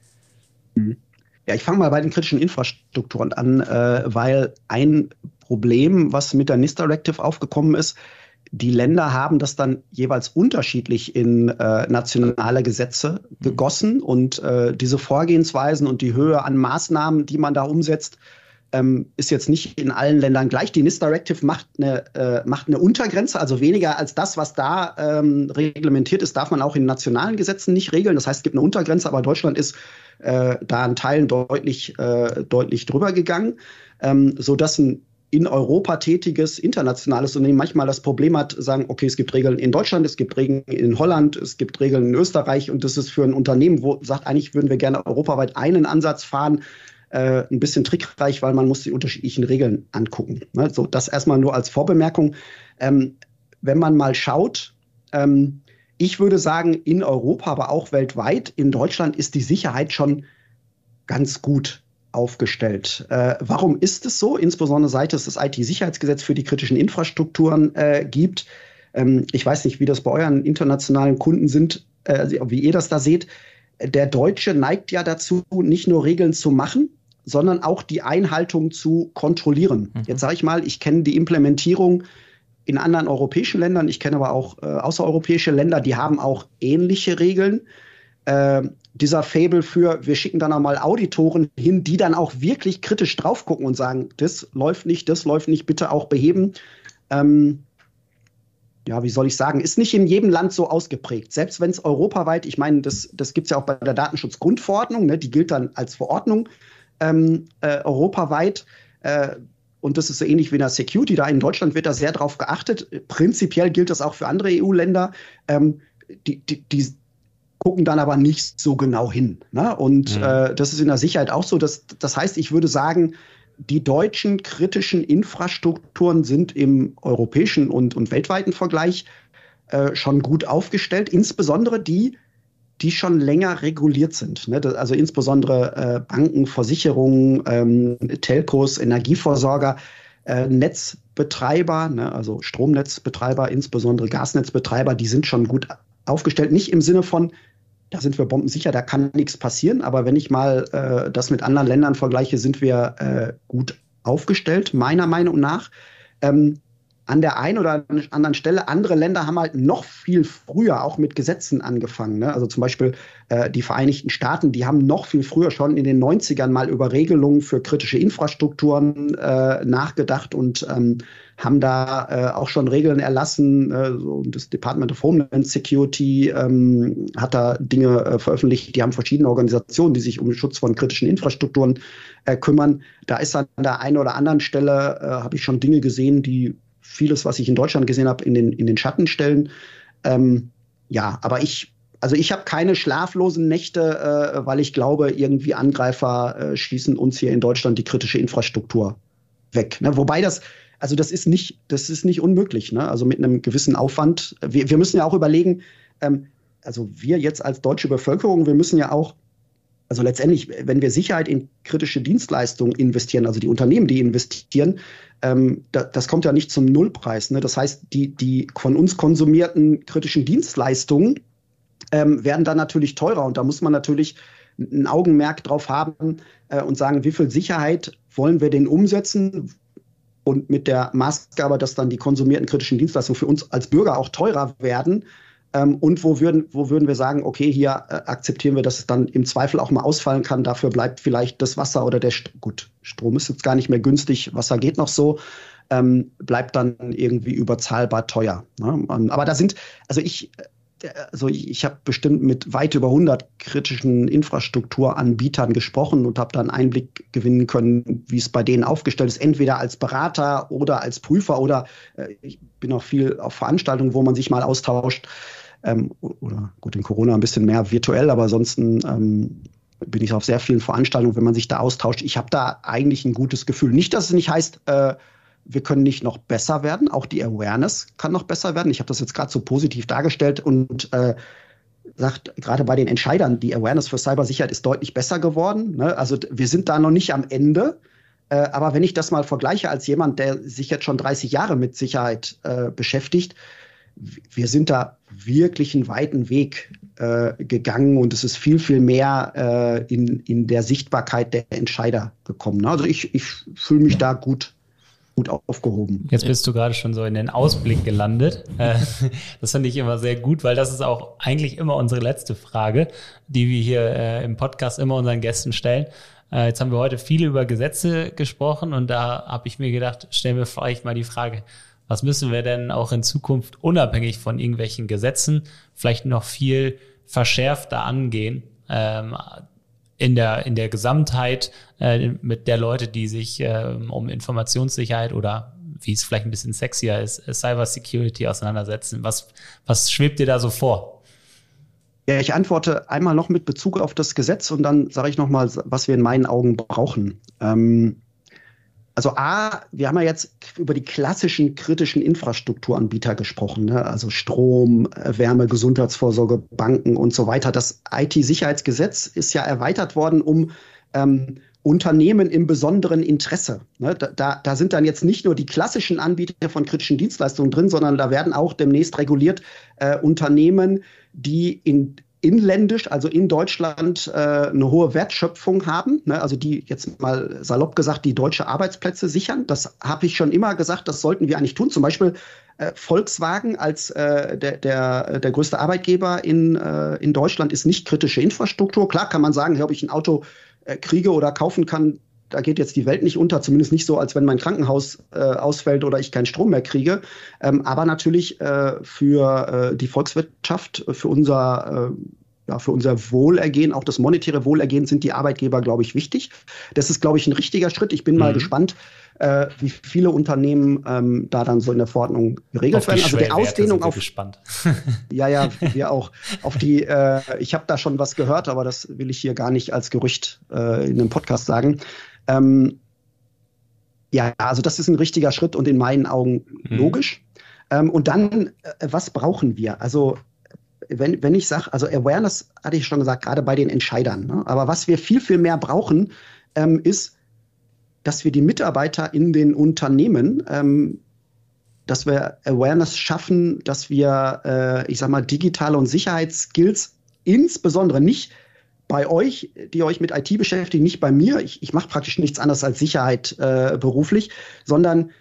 Ja, ich fange mal bei den kritischen Infrastrukturen an, weil ein Problem, was mit der NIS Directive aufgekommen ist, die Länder haben das dann jeweils unterschiedlich in nationale Gesetze gegossen und diese Vorgehensweisen und die Höhe an Maßnahmen, die man da umsetzt, ist jetzt nicht in allen Ländern gleich. Die NIS Directive macht eine Untergrenze, also weniger als das, was da reglementiert ist, darf man auch in nationalen Gesetzen nicht regeln. Das heißt, es gibt eine Untergrenze, aber Deutschland ist da in Teilen deutlich drüber gegangen, sodass ein in Europa tätiges internationales Unternehmen manchmal das Problem hat, sagen, okay, es gibt Regeln in Deutschland, es gibt Regeln in Holland, es gibt Regeln in Österreich und das ist für ein Unternehmen, wo sagt, eigentlich würden wir gerne europaweit einen Ansatz fahren, ein bisschen trickreich, weil man muss die unterschiedlichen Regeln angucken. Ne? So, das erstmal nur als Vorbemerkung. Wenn man mal schaut, ich würde sagen, in Europa, aber auch weltweit, in Deutschland ist die Sicherheit schon ganz gut aufgestellt. Warum ist es so? Insbesondere seit es das IT-Sicherheitsgesetz für die kritischen Infrastrukturen gibt. Ich weiß nicht, wie das bei euren internationalen Kunden sind. wie ihr das da seht. Der Deutsche neigt ja dazu, nicht nur Regeln zu machen, sondern auch die Einhaltung zu kontrollieren. Jetzt sage ich mal, ich kenne die Implementierung in anderen europäischen Ländern, ich kenne aber auch außereuropäische Länder, die haben auch ähnliche Regeln. Dieser Faible für, wir schicken dann auch mal Auditoren hin, die dann auch wirklich kritisch drauf gucken und sagen, das läuft nicht, bitte auch beheben. Ja, wie soll ich sagen, ist nicht in jedem Land so ausgeprägt. Selbst wenn es europaweit, ich meine, das gibt es ja auch bei der Datenschutzgrundverordnung, ne, die gilt dann als Verordnung europaweit. Und das ist so ähnlich wie in der Security. Da in Deutschland wird da sehr drauf geachtet. Prinzipiell gilt das auch für andere EU-Länder. Die gucken dann aber nicht so genau hin. Ne? Und das ist in der Sicherheit auch so. Das heißt, ich würde sagen, die deutschen kritischen Infrastrukturen sind im europäischen und weltweiten Vergleich schon gut aufgestellt. Insbesondere die schon länger reguliert sind. Ne? Also insbesondere Banken, Versicherungen, Telcos, Energieversorger, Netzbetreiber, ne? Also Stromnetzbetreiber, insbesondere Gasnetzbetreiber, die sind schon gut aufgestellt. Nicht im Sinne von, da sind wir bombensicher, da kann nichts passieren. Aber wenn ich mal das mit anderen Ländern vergleiche, sind wir gut aufgestellt, meiner Meinung nach. An der einen oder anderen Stelle, andere Länder haben halt noch viel früher auch mit Gesetzen angefangen. Ne? Also zum Beispiel die Vereinigten Staaten, die haben noch viel früher schon in den 90ern mal über Regelungen für kritische Infrastrukturen nachgedacht und haben da auch schon Regeln erlassen. So das Department of Homeland Security hat da Dinge veröffentlicht. Die haben verschiedene Organisationen, die sich um den Schutz von kritischen Infrastrukturen kümmern. Da ist an der einen oder anderen Stelle, habe ich schon Dinge gesehen, die vieles, was ich in Deutschland gesehen habe, in den Schatten stellen. Ja, aber ich habe keine schlaflosen Nächte, weil ich glaube, irgendwie Angreifer schießen uns hier in Deutschland die kritische Infrastruktur weg. Ne? Wobei das ist nicht unmöglich. Ne? Also mit einem gewissen Aufwand. Wir müssen ja auch überlegen, also wir jetzt als deutsche Bevölkerung, wir müssen ja auch, also letztendlich, wenn wir Sicherheit in kritische Dienstleistungen investieren, also die Unternehmen, die investieren, das kommt ja nicht zum Nullpreis. Ne? Das heißt, die von uns konsumierten kritischen Dienstleistungen werden dann natürlich teurer. Und da muss man natürlich ein Augenmerk drauf haben und sagen, wie viel Sicherheit wollen wir denn umsetzen? Und mit der Maßgabe, dass dann die konsumierten kritischen Dienstleistungen für uns als Bürger auch teurer werden. Und wo würden wir sagen, okay, hier akzeptieren wir, dass es dann im Zweifel auch mal ausfallen kann. Dafür bleibt vielleicht das Wasser oder Strom ist jetzt gar nicht mehr günstig, Wasser geht noch so, bleibt dann irgendwie überzahlbar teuer. Ne? Aber da sind, ich habe bestimmt mit weit über 100 kritischen Infrastrukturanbietern gesprochen und habe dann Einblick gewinnen können, wie es bei denen aufgestellt ist, entweder als Berater oder als Prüfer oder ich bin auch viel auf Veranstaltungen, wo man sich mal austauscht. Oder gut, in Corona ein bisschen mehr virtuell, aber ansonsten bin ich auf sehr vielen Veranstaltungen, wenn man sich da austauscht. Ich habe da eigentlich ein gutes Gefühl. Nicht, dass es nicht heißt, wir können nicht noch besser werden. Auch die Awareness kann noch besser werden. Ich habe das jetzt gerade so positiv dargestellt und sagt, gerade bei den Entscheidern, die Awareness für Cybersicherheit ist deutlich besser geworden. Ne? Also wir sind da noch nicht am Ende. Aber wenn ich das mal vergleiche als jemand, der sich jetzt schon 30 Jahre mit Sicherheit beschäftigt, wir sind da wirklich einen weiten Weg gegangen und es ist viel, viel mehr in der Sichtbarkeit der Entscheider gekommen. Also ich fühle mich da gut aufgehoben. Jetzt bist du gerade schon so in den Ausblick gelandet. Das finde ich immer sehr gut, weil das ist auch eigentlich immer unsere letzte Frage, die wir hier im Podcast immer unseren Gästen stellen. Jetzt haben wir heute viel über Gesetze gesprochen und da habe ich mir gedacht, stellen wir vielleicht mal die Frage, was müssen wir denn auch in Zukunft unabhängig von irgendwelchen Gesetzen vielleicht noch viel verschärfter angehen, in der Gesamtheit mit der Leute, die sich um Informationssicherheit oder wie es vielleicht ein bisschen sexier ist, Cybersecurity auseinandersetzen. Was schwebt dir da so vor? Ja, ich antworte einmal noch mit Bezug auf das Gesetz und dann sage ich noch mal, was wir in meinen Augen brauchen. Also wir haben ja jetzt über die klassischen kritischen Infrastrukturanbieter gesprochen, ne? Also Strom, Wärme, Gesundheitsvorsorge, Banken und so weiter. Das IT-Sicherheitsgesetz ist ja erweitert worden um Unternehmen im besonderen Interesse. Ne? Da sind dann jetzt nicht nur die klassischen Anbieter von kritischen Dienstleistungen drin, sondern da werden auch demnächst reguliert Unternehmen, die inländisch, also in Deutschland, eine hohe Wertschöpfung haben. Ne? Also die, jetzt mal salopp gesagt, die deutsche Arbeitsplätze sichern. Das habe ich schon immer gesagt, das sollten wir eigentlich tun. Zum Beispiel Volkswagen als der größte Arbeitgeber in Deutschland ist nicht kritische Infrastruktur. Klar kann man sagen, ob ich ein Auto kriege oder kaufen kann, da geht jetzt die Welt nicht unter, zumindest nicht so, als wenn mein Krankenhaus ausfällt oder ich keinen Strom mehr kriege. Aber natürlich für die Volkswirtschaft, für unser Wohlergehen, auch das monetäre Wohlergehen, sind die Arbeitgeber, glaube ich, wichtig. Das ist, glaube ich, ein richtiger Schritt. Ich bin mal gespannt, wie viele Unternehmen da dann so in der Verordnung geregelt werden. Also die Ausdehnung auf gespannt. Ja, wir auch. Auf die, ich habe da schon was gehört, aber das will ich hier gar nicht als Gerücht in einem Podcast sagen. Ja, also das ist ein richtiger Schritt und in meinen Augen logisch. Und dann, was brauchen wir? Also wenn ich sage, also Awareness hatte ich schon gesagt, gerade bei den Entscheidern. Ne? Aber was wir viel, viel mehr brauchen, ist, dass wir die Mitarbeiter in den Unternehmen, dass wir Awareness schaffen, dass wir, digitale und Sicherheitsskills insbesondere nicht bei euch, die euch mit IT beschäftigen, nicht bei mir. Ich mache praktisch nichts anderes als Sicherheit beruflich, sondern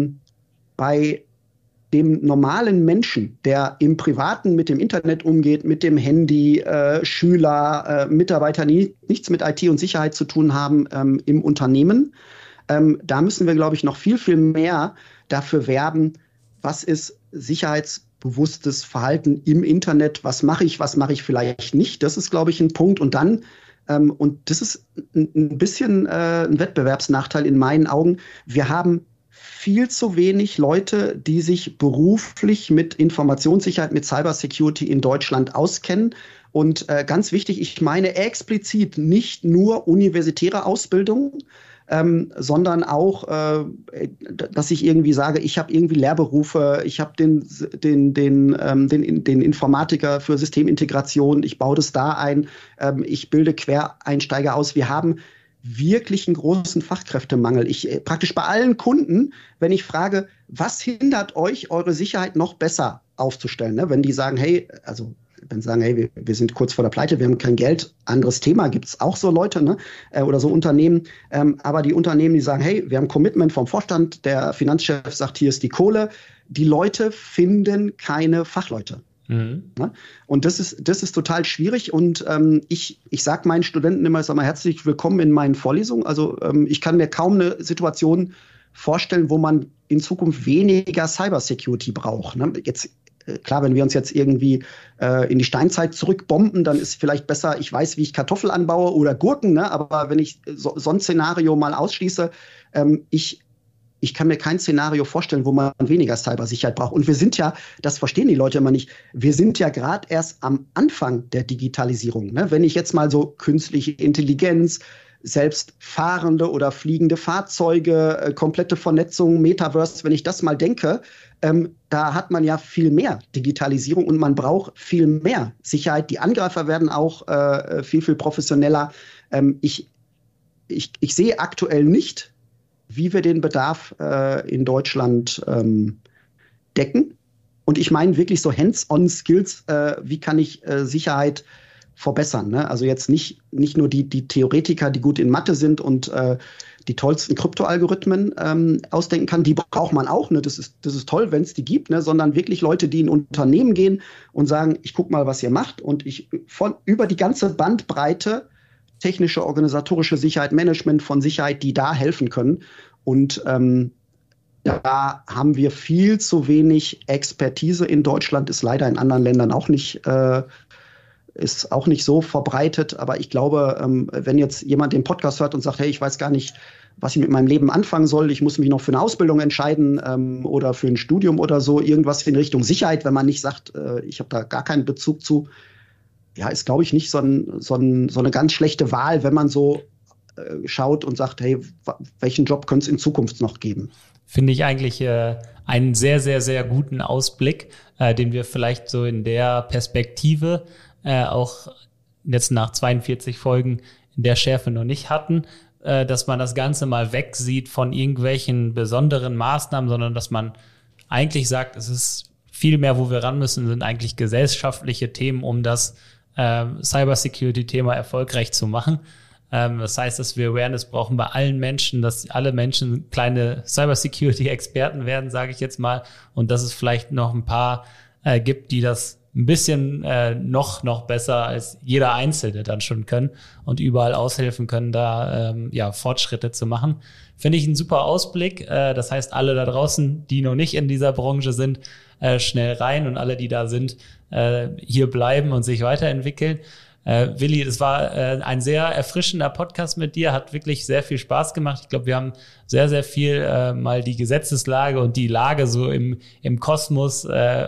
bei dem normalen Menschen, der im Privaten mit dem Internet umgeht, mit dem Handy, Schüler, Mitarbeiter, die nichts mit IT und Sicherheit zu tun haben im Unternehmen. Da müssen wir, glaube ich, noch viel, viel mehr dafür werben, was ist sicherheitsbewusstes Verhalten im Internet, was mache ich vielleicht nicht. Das ist, glaube ich, ein Punkt. Und dann, und das ist ein bisschen ein Wettbewerbsnachteil in meinen Augen, wir haben viel zu wenig Leute, die sich beruflich mit Informationssicherheit, mit Cybersecurity in Deutschland auskennen. Und ganz wichtig, ich meine explizit nicht nur universitäre Ausbildung, sondern auch, dass ich irgendwie sage, ich habe irgendwie Lehrberufe, ich habe den Informatiker für Systemintegration, ich baue das da ein, ich bilde Quereinsteiger aus. Wir haben wirklich einen großen Fachkräftemangel. Praktisch bei allen Kunden, wenn ich frage, was hindert euch, eure Sicherheit noch besser aufzustellen? Ne? Wenn die sagen, hey, wir sind kurz vor der Pleite, wir haben kein Geld, anderes Thema, gibt es auch so Leute, ne? Oder so Unternehmen. Aber die Unternehmen, die sagen, hey, wir haben Commitment vom Vorstand, der Finanzchef sagt, hier ist die Kohle. Die Leute finden keine Fachleute. Mhm. Ne? Und das ist total schwierig. Und ich sage meinen Studenten immer, herzlich willkommen in meinen Vorlesungen. Also ich kann mir kaum eine Situation vorstellen, wo man in Zukunft weniger Cybersecurity braucht. Ne? Jetzt klar, wenn wir uns jetzt irgendwie in die Steinzeit zurückbomben, dann ist vielleicht besser, ich weiß, wie ich Kartoffel anbaue oder Gurken, ne? Aber wenn ich so ein Szenario mal ausschließe, ich kann mir kein Szenario vorstellen, wo man weniger Cybersicherheit braucht. Und wir sind ja, das verstehen die Leute immer nicht, wir sind ja gerade erst am Anfang der Digitalisierung. Ne? Wenn ich jetzt mal so künstliche Intelligenz, selbst fahrende oder fliegende Fahrzeuge, komplette Vernetzung, Metaverse, wenn ich das mal denke, da hat man ja viel mehr Digitalisierung und man braucht viel mehr Sicherheit. Die Angreifer werden auch viel, viel professioneller. Ich sehe aktuell nicht, wie wir den Bedarf in Deutschland decken. Und ich meine wirklich so Hands-on-Skills, wie kann ich Sicherheit verbessern. Ne? Also jetzt nicht nur die Theoretiker, die gut in Mathe sind und die tollsten Kryptoalgorithmen ausdenken kann, die braucht man auch. Ne? Das ist toll, wenn es die gibt, ne? Sondern wirklich Leute, die in Unternehmen gehen und sagen, ich gucke mal, was ihr macht und ich über die ganze Bandbreite technische, organisatorische Sicherheit, Management von Sicherheit, die da helfen können. Und da haben wir viel zu wenig Expertise in Deutschland, ist leider in anderen Ländern auch nicht so verbreitet. Aber ich glaube, wenn jetzt jemand den Podcast hört und sagt, hey, ich weiß gar nicht, was ich mit meinem Leben anfangen soll, ich muss mich noch für eine Ausbildung entscheiden oder für ein Studium oder so, irgendwas in Richtung Sicherheit, wenn man nicht sagt, ich habe da gar keinen Bezug zu, ja, ist, glaube ich, nicht so eine ganz schlechte Wahl, wenn man so schaut und sagt, hey, welchen Job könnte es in Zukunft noch geben? Finde ich eigentlich einen sehr, sehr, sehr guten Ausblick, den wir vielleicht so in der Perspektive auch jetzt nach 42 Folgen in der Schärfe noch nicht hatten. dass man das Ganze mal wegsieht von irgendwelchen besonderen Maßnahmen, sondern dass man eigentlich sagt, es ist viel mehr, wo wir ran müssen, sind eigentlich gesellschaftliche Themen, um das Cybersecurity-Thema erfolgreich zu machen. Das heißt, dass wir Awareness brauchen bei allen Menschen, dass alle Menschen kleine Cybersecurity-Experten werden, sage ich jetzt mal, und dass es vielleicht noch ein paar gibt, die das ein bisschen noch besser als jeder Einzelne dann schon können und überall aushelfen können, da Fortschritte zu machen. Finde ich einen super Ausblick. Das heißt, alle da draußen, die noch nicht in dieser Branche sind, schnell rein, und alle, die da sind, hier bleiben und sich weiterentwickeln. Willi, das war ein sehr erfrischender Podcast mit dir, hat wirklich sehr viel Spaß gemacht. Ich glaube, wir haben sehr, sehr viel mal die Gesetzeslage und die Lage so im Kosmos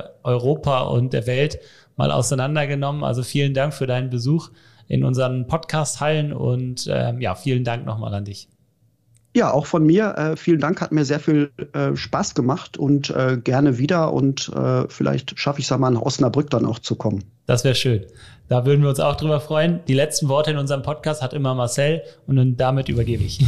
Europa und der Welt mal auseinandergenommen. Also vielen Dank für deinen Besuch in unseren Podcast-Hallen und vielen Dank nochmal an dich. Ja, auch von mir. Vielen Dank, hat mir sehr viel Spaß gemacht und gerne wieder, und vielleicht schaffe ich es ja mal nach Osnabrück dann auch zu kommen. Das wäre schön. Da würden wir uns auch drüber freuen. Die letzten Worte in unserem Podcast hat immer Marcel, und damit übergebe ich.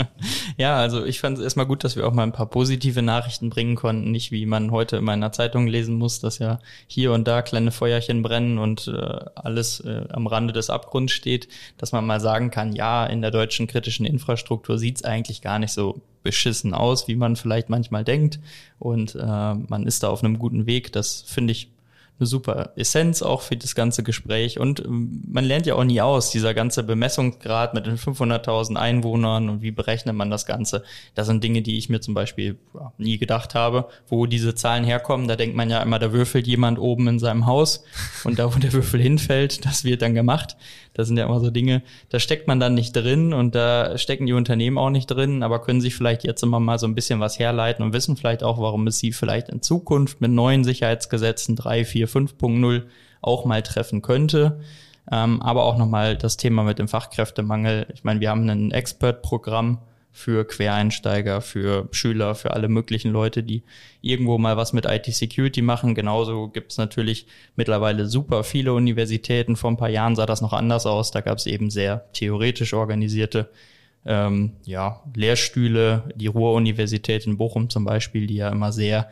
Ja, also ich fand es erstmal gut, dass wir auch mal ein paar positive Nachrichten bringen konnten. Nicht, wie man heute in einer Zeitung lesen muss, dass ja hier und da kleine Feuerchen brennen und alles am Rande des Abgrunds steht. Dass man mal sagen kann, ja, in der deutschen kritischen Infrastruktur sieht es eigentlich gar nicht so beschissen aus, wie man vielleicht manchmal denkt. Und man ist da auf einem guten Weg. Das finde ich eine super Essenz auch für das ganze Gespräch, und man lernt ja auch nie aus, dieser ganze Bemessungsgrad mit den 500.000 Einwohnern und wie berechnet man das Ganze. Das sind Dinge, die ich mir zum Beispiel nie gedacht habe, wo diese Zahlen herkommen. Da denkt man ja immer, da würfelt jemand oben in seinem Haus, und da, wo der Würfel hinfällt, das wird dann gemacht. Das sind ja immer so Dinge, da steckt man dann nicht drin, und da stecken die Unternehmen auch nicht drin, aber können sich vielleicht jetzt immer mal so ein bisschen was herleiten und wissen vielleicht auch, warum es sie vielleicht in Zukunft mit neuen Sicherheitsgesetzen 3, 4, 5.0 auch mal treffen könnte. Aber auch nochmal das Thema mit dem Fachkräftemangel. Ich meine, wir haben ein Expert-Programm für Quereinsteiger, für Schüler, für alle möglichen Leute, die irgendwo mal was mit IT-Security machen. Genauso gibt es natürlich mittlerweile super viele Universitäten. Vor ein paar Jahren sah das noch anders aus. Da gab es eben sehr theoretisch organisierte Lehrstühle. Die Ruhr-Universität in Bochum zum Beispiel, die ja immer sehr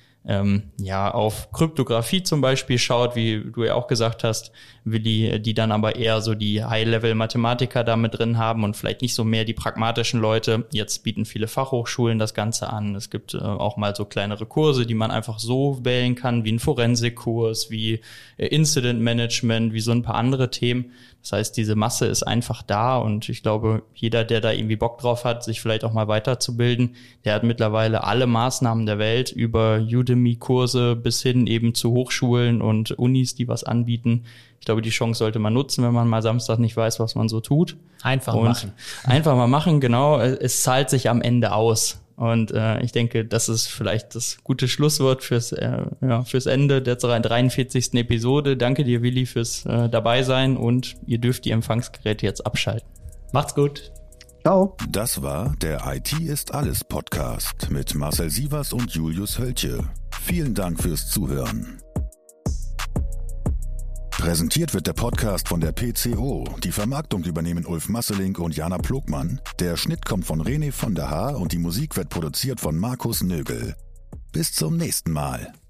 auf Kryptographie zum Beispiel schaut, wie du ja auch gesagt hast, Willi, die dann aber eher so die High-Level-Mathematiker da mit drin haben und vielleicht nicht so mehr die pragmatischen Leute. Jetzt bieten viele Fachhochschulen das Ganze an. Es gibt auch mal so kleinere Kurse, die man einfach so wählen kann, wie ein Forensikkurs, wie Incident Management, wie so ein paar andere Themen. Das heißt, diese Masse ist einfach da, und ich glaube, jeder, der da irgendwie Bock drauf hat, sich vielleicht auch mal weiterzubilden, der hat mittlerweile alle Maßnahmen der Welt, über Udemy-Kurse bis hin eben zu Hochschulen und Unis, die was anbieten. Ich glaube, die Chance sollte man nutzen, wenn man mal Samstag nicht weiß, was man so tut. Einfach machen. Einfach mal machen, genau. Es zahlt sich am Ende aus. Und ich denke, das ist vielleicht das gute Schlusswort fürs Ende der 43. Episode. Danke dir, Willi, fürs dabei sein, und ihr dürft die Empfangsgeräte jetzt abschalten. Macht's gut. Ciao. Das war der IT ist alles Podcast mit Marcel Sievers und Julius Hölche. Vielen Dank fürs Zuhören. Präsentiert wird der Podcast von der PCO. Die Vermarktung übernehmen Ulf Masselink und Jana Plogmann. Der Schnitt kommt von René von der Haar und die Musik wird produziert von Markus Nögel. Bis zum nächsten Mal.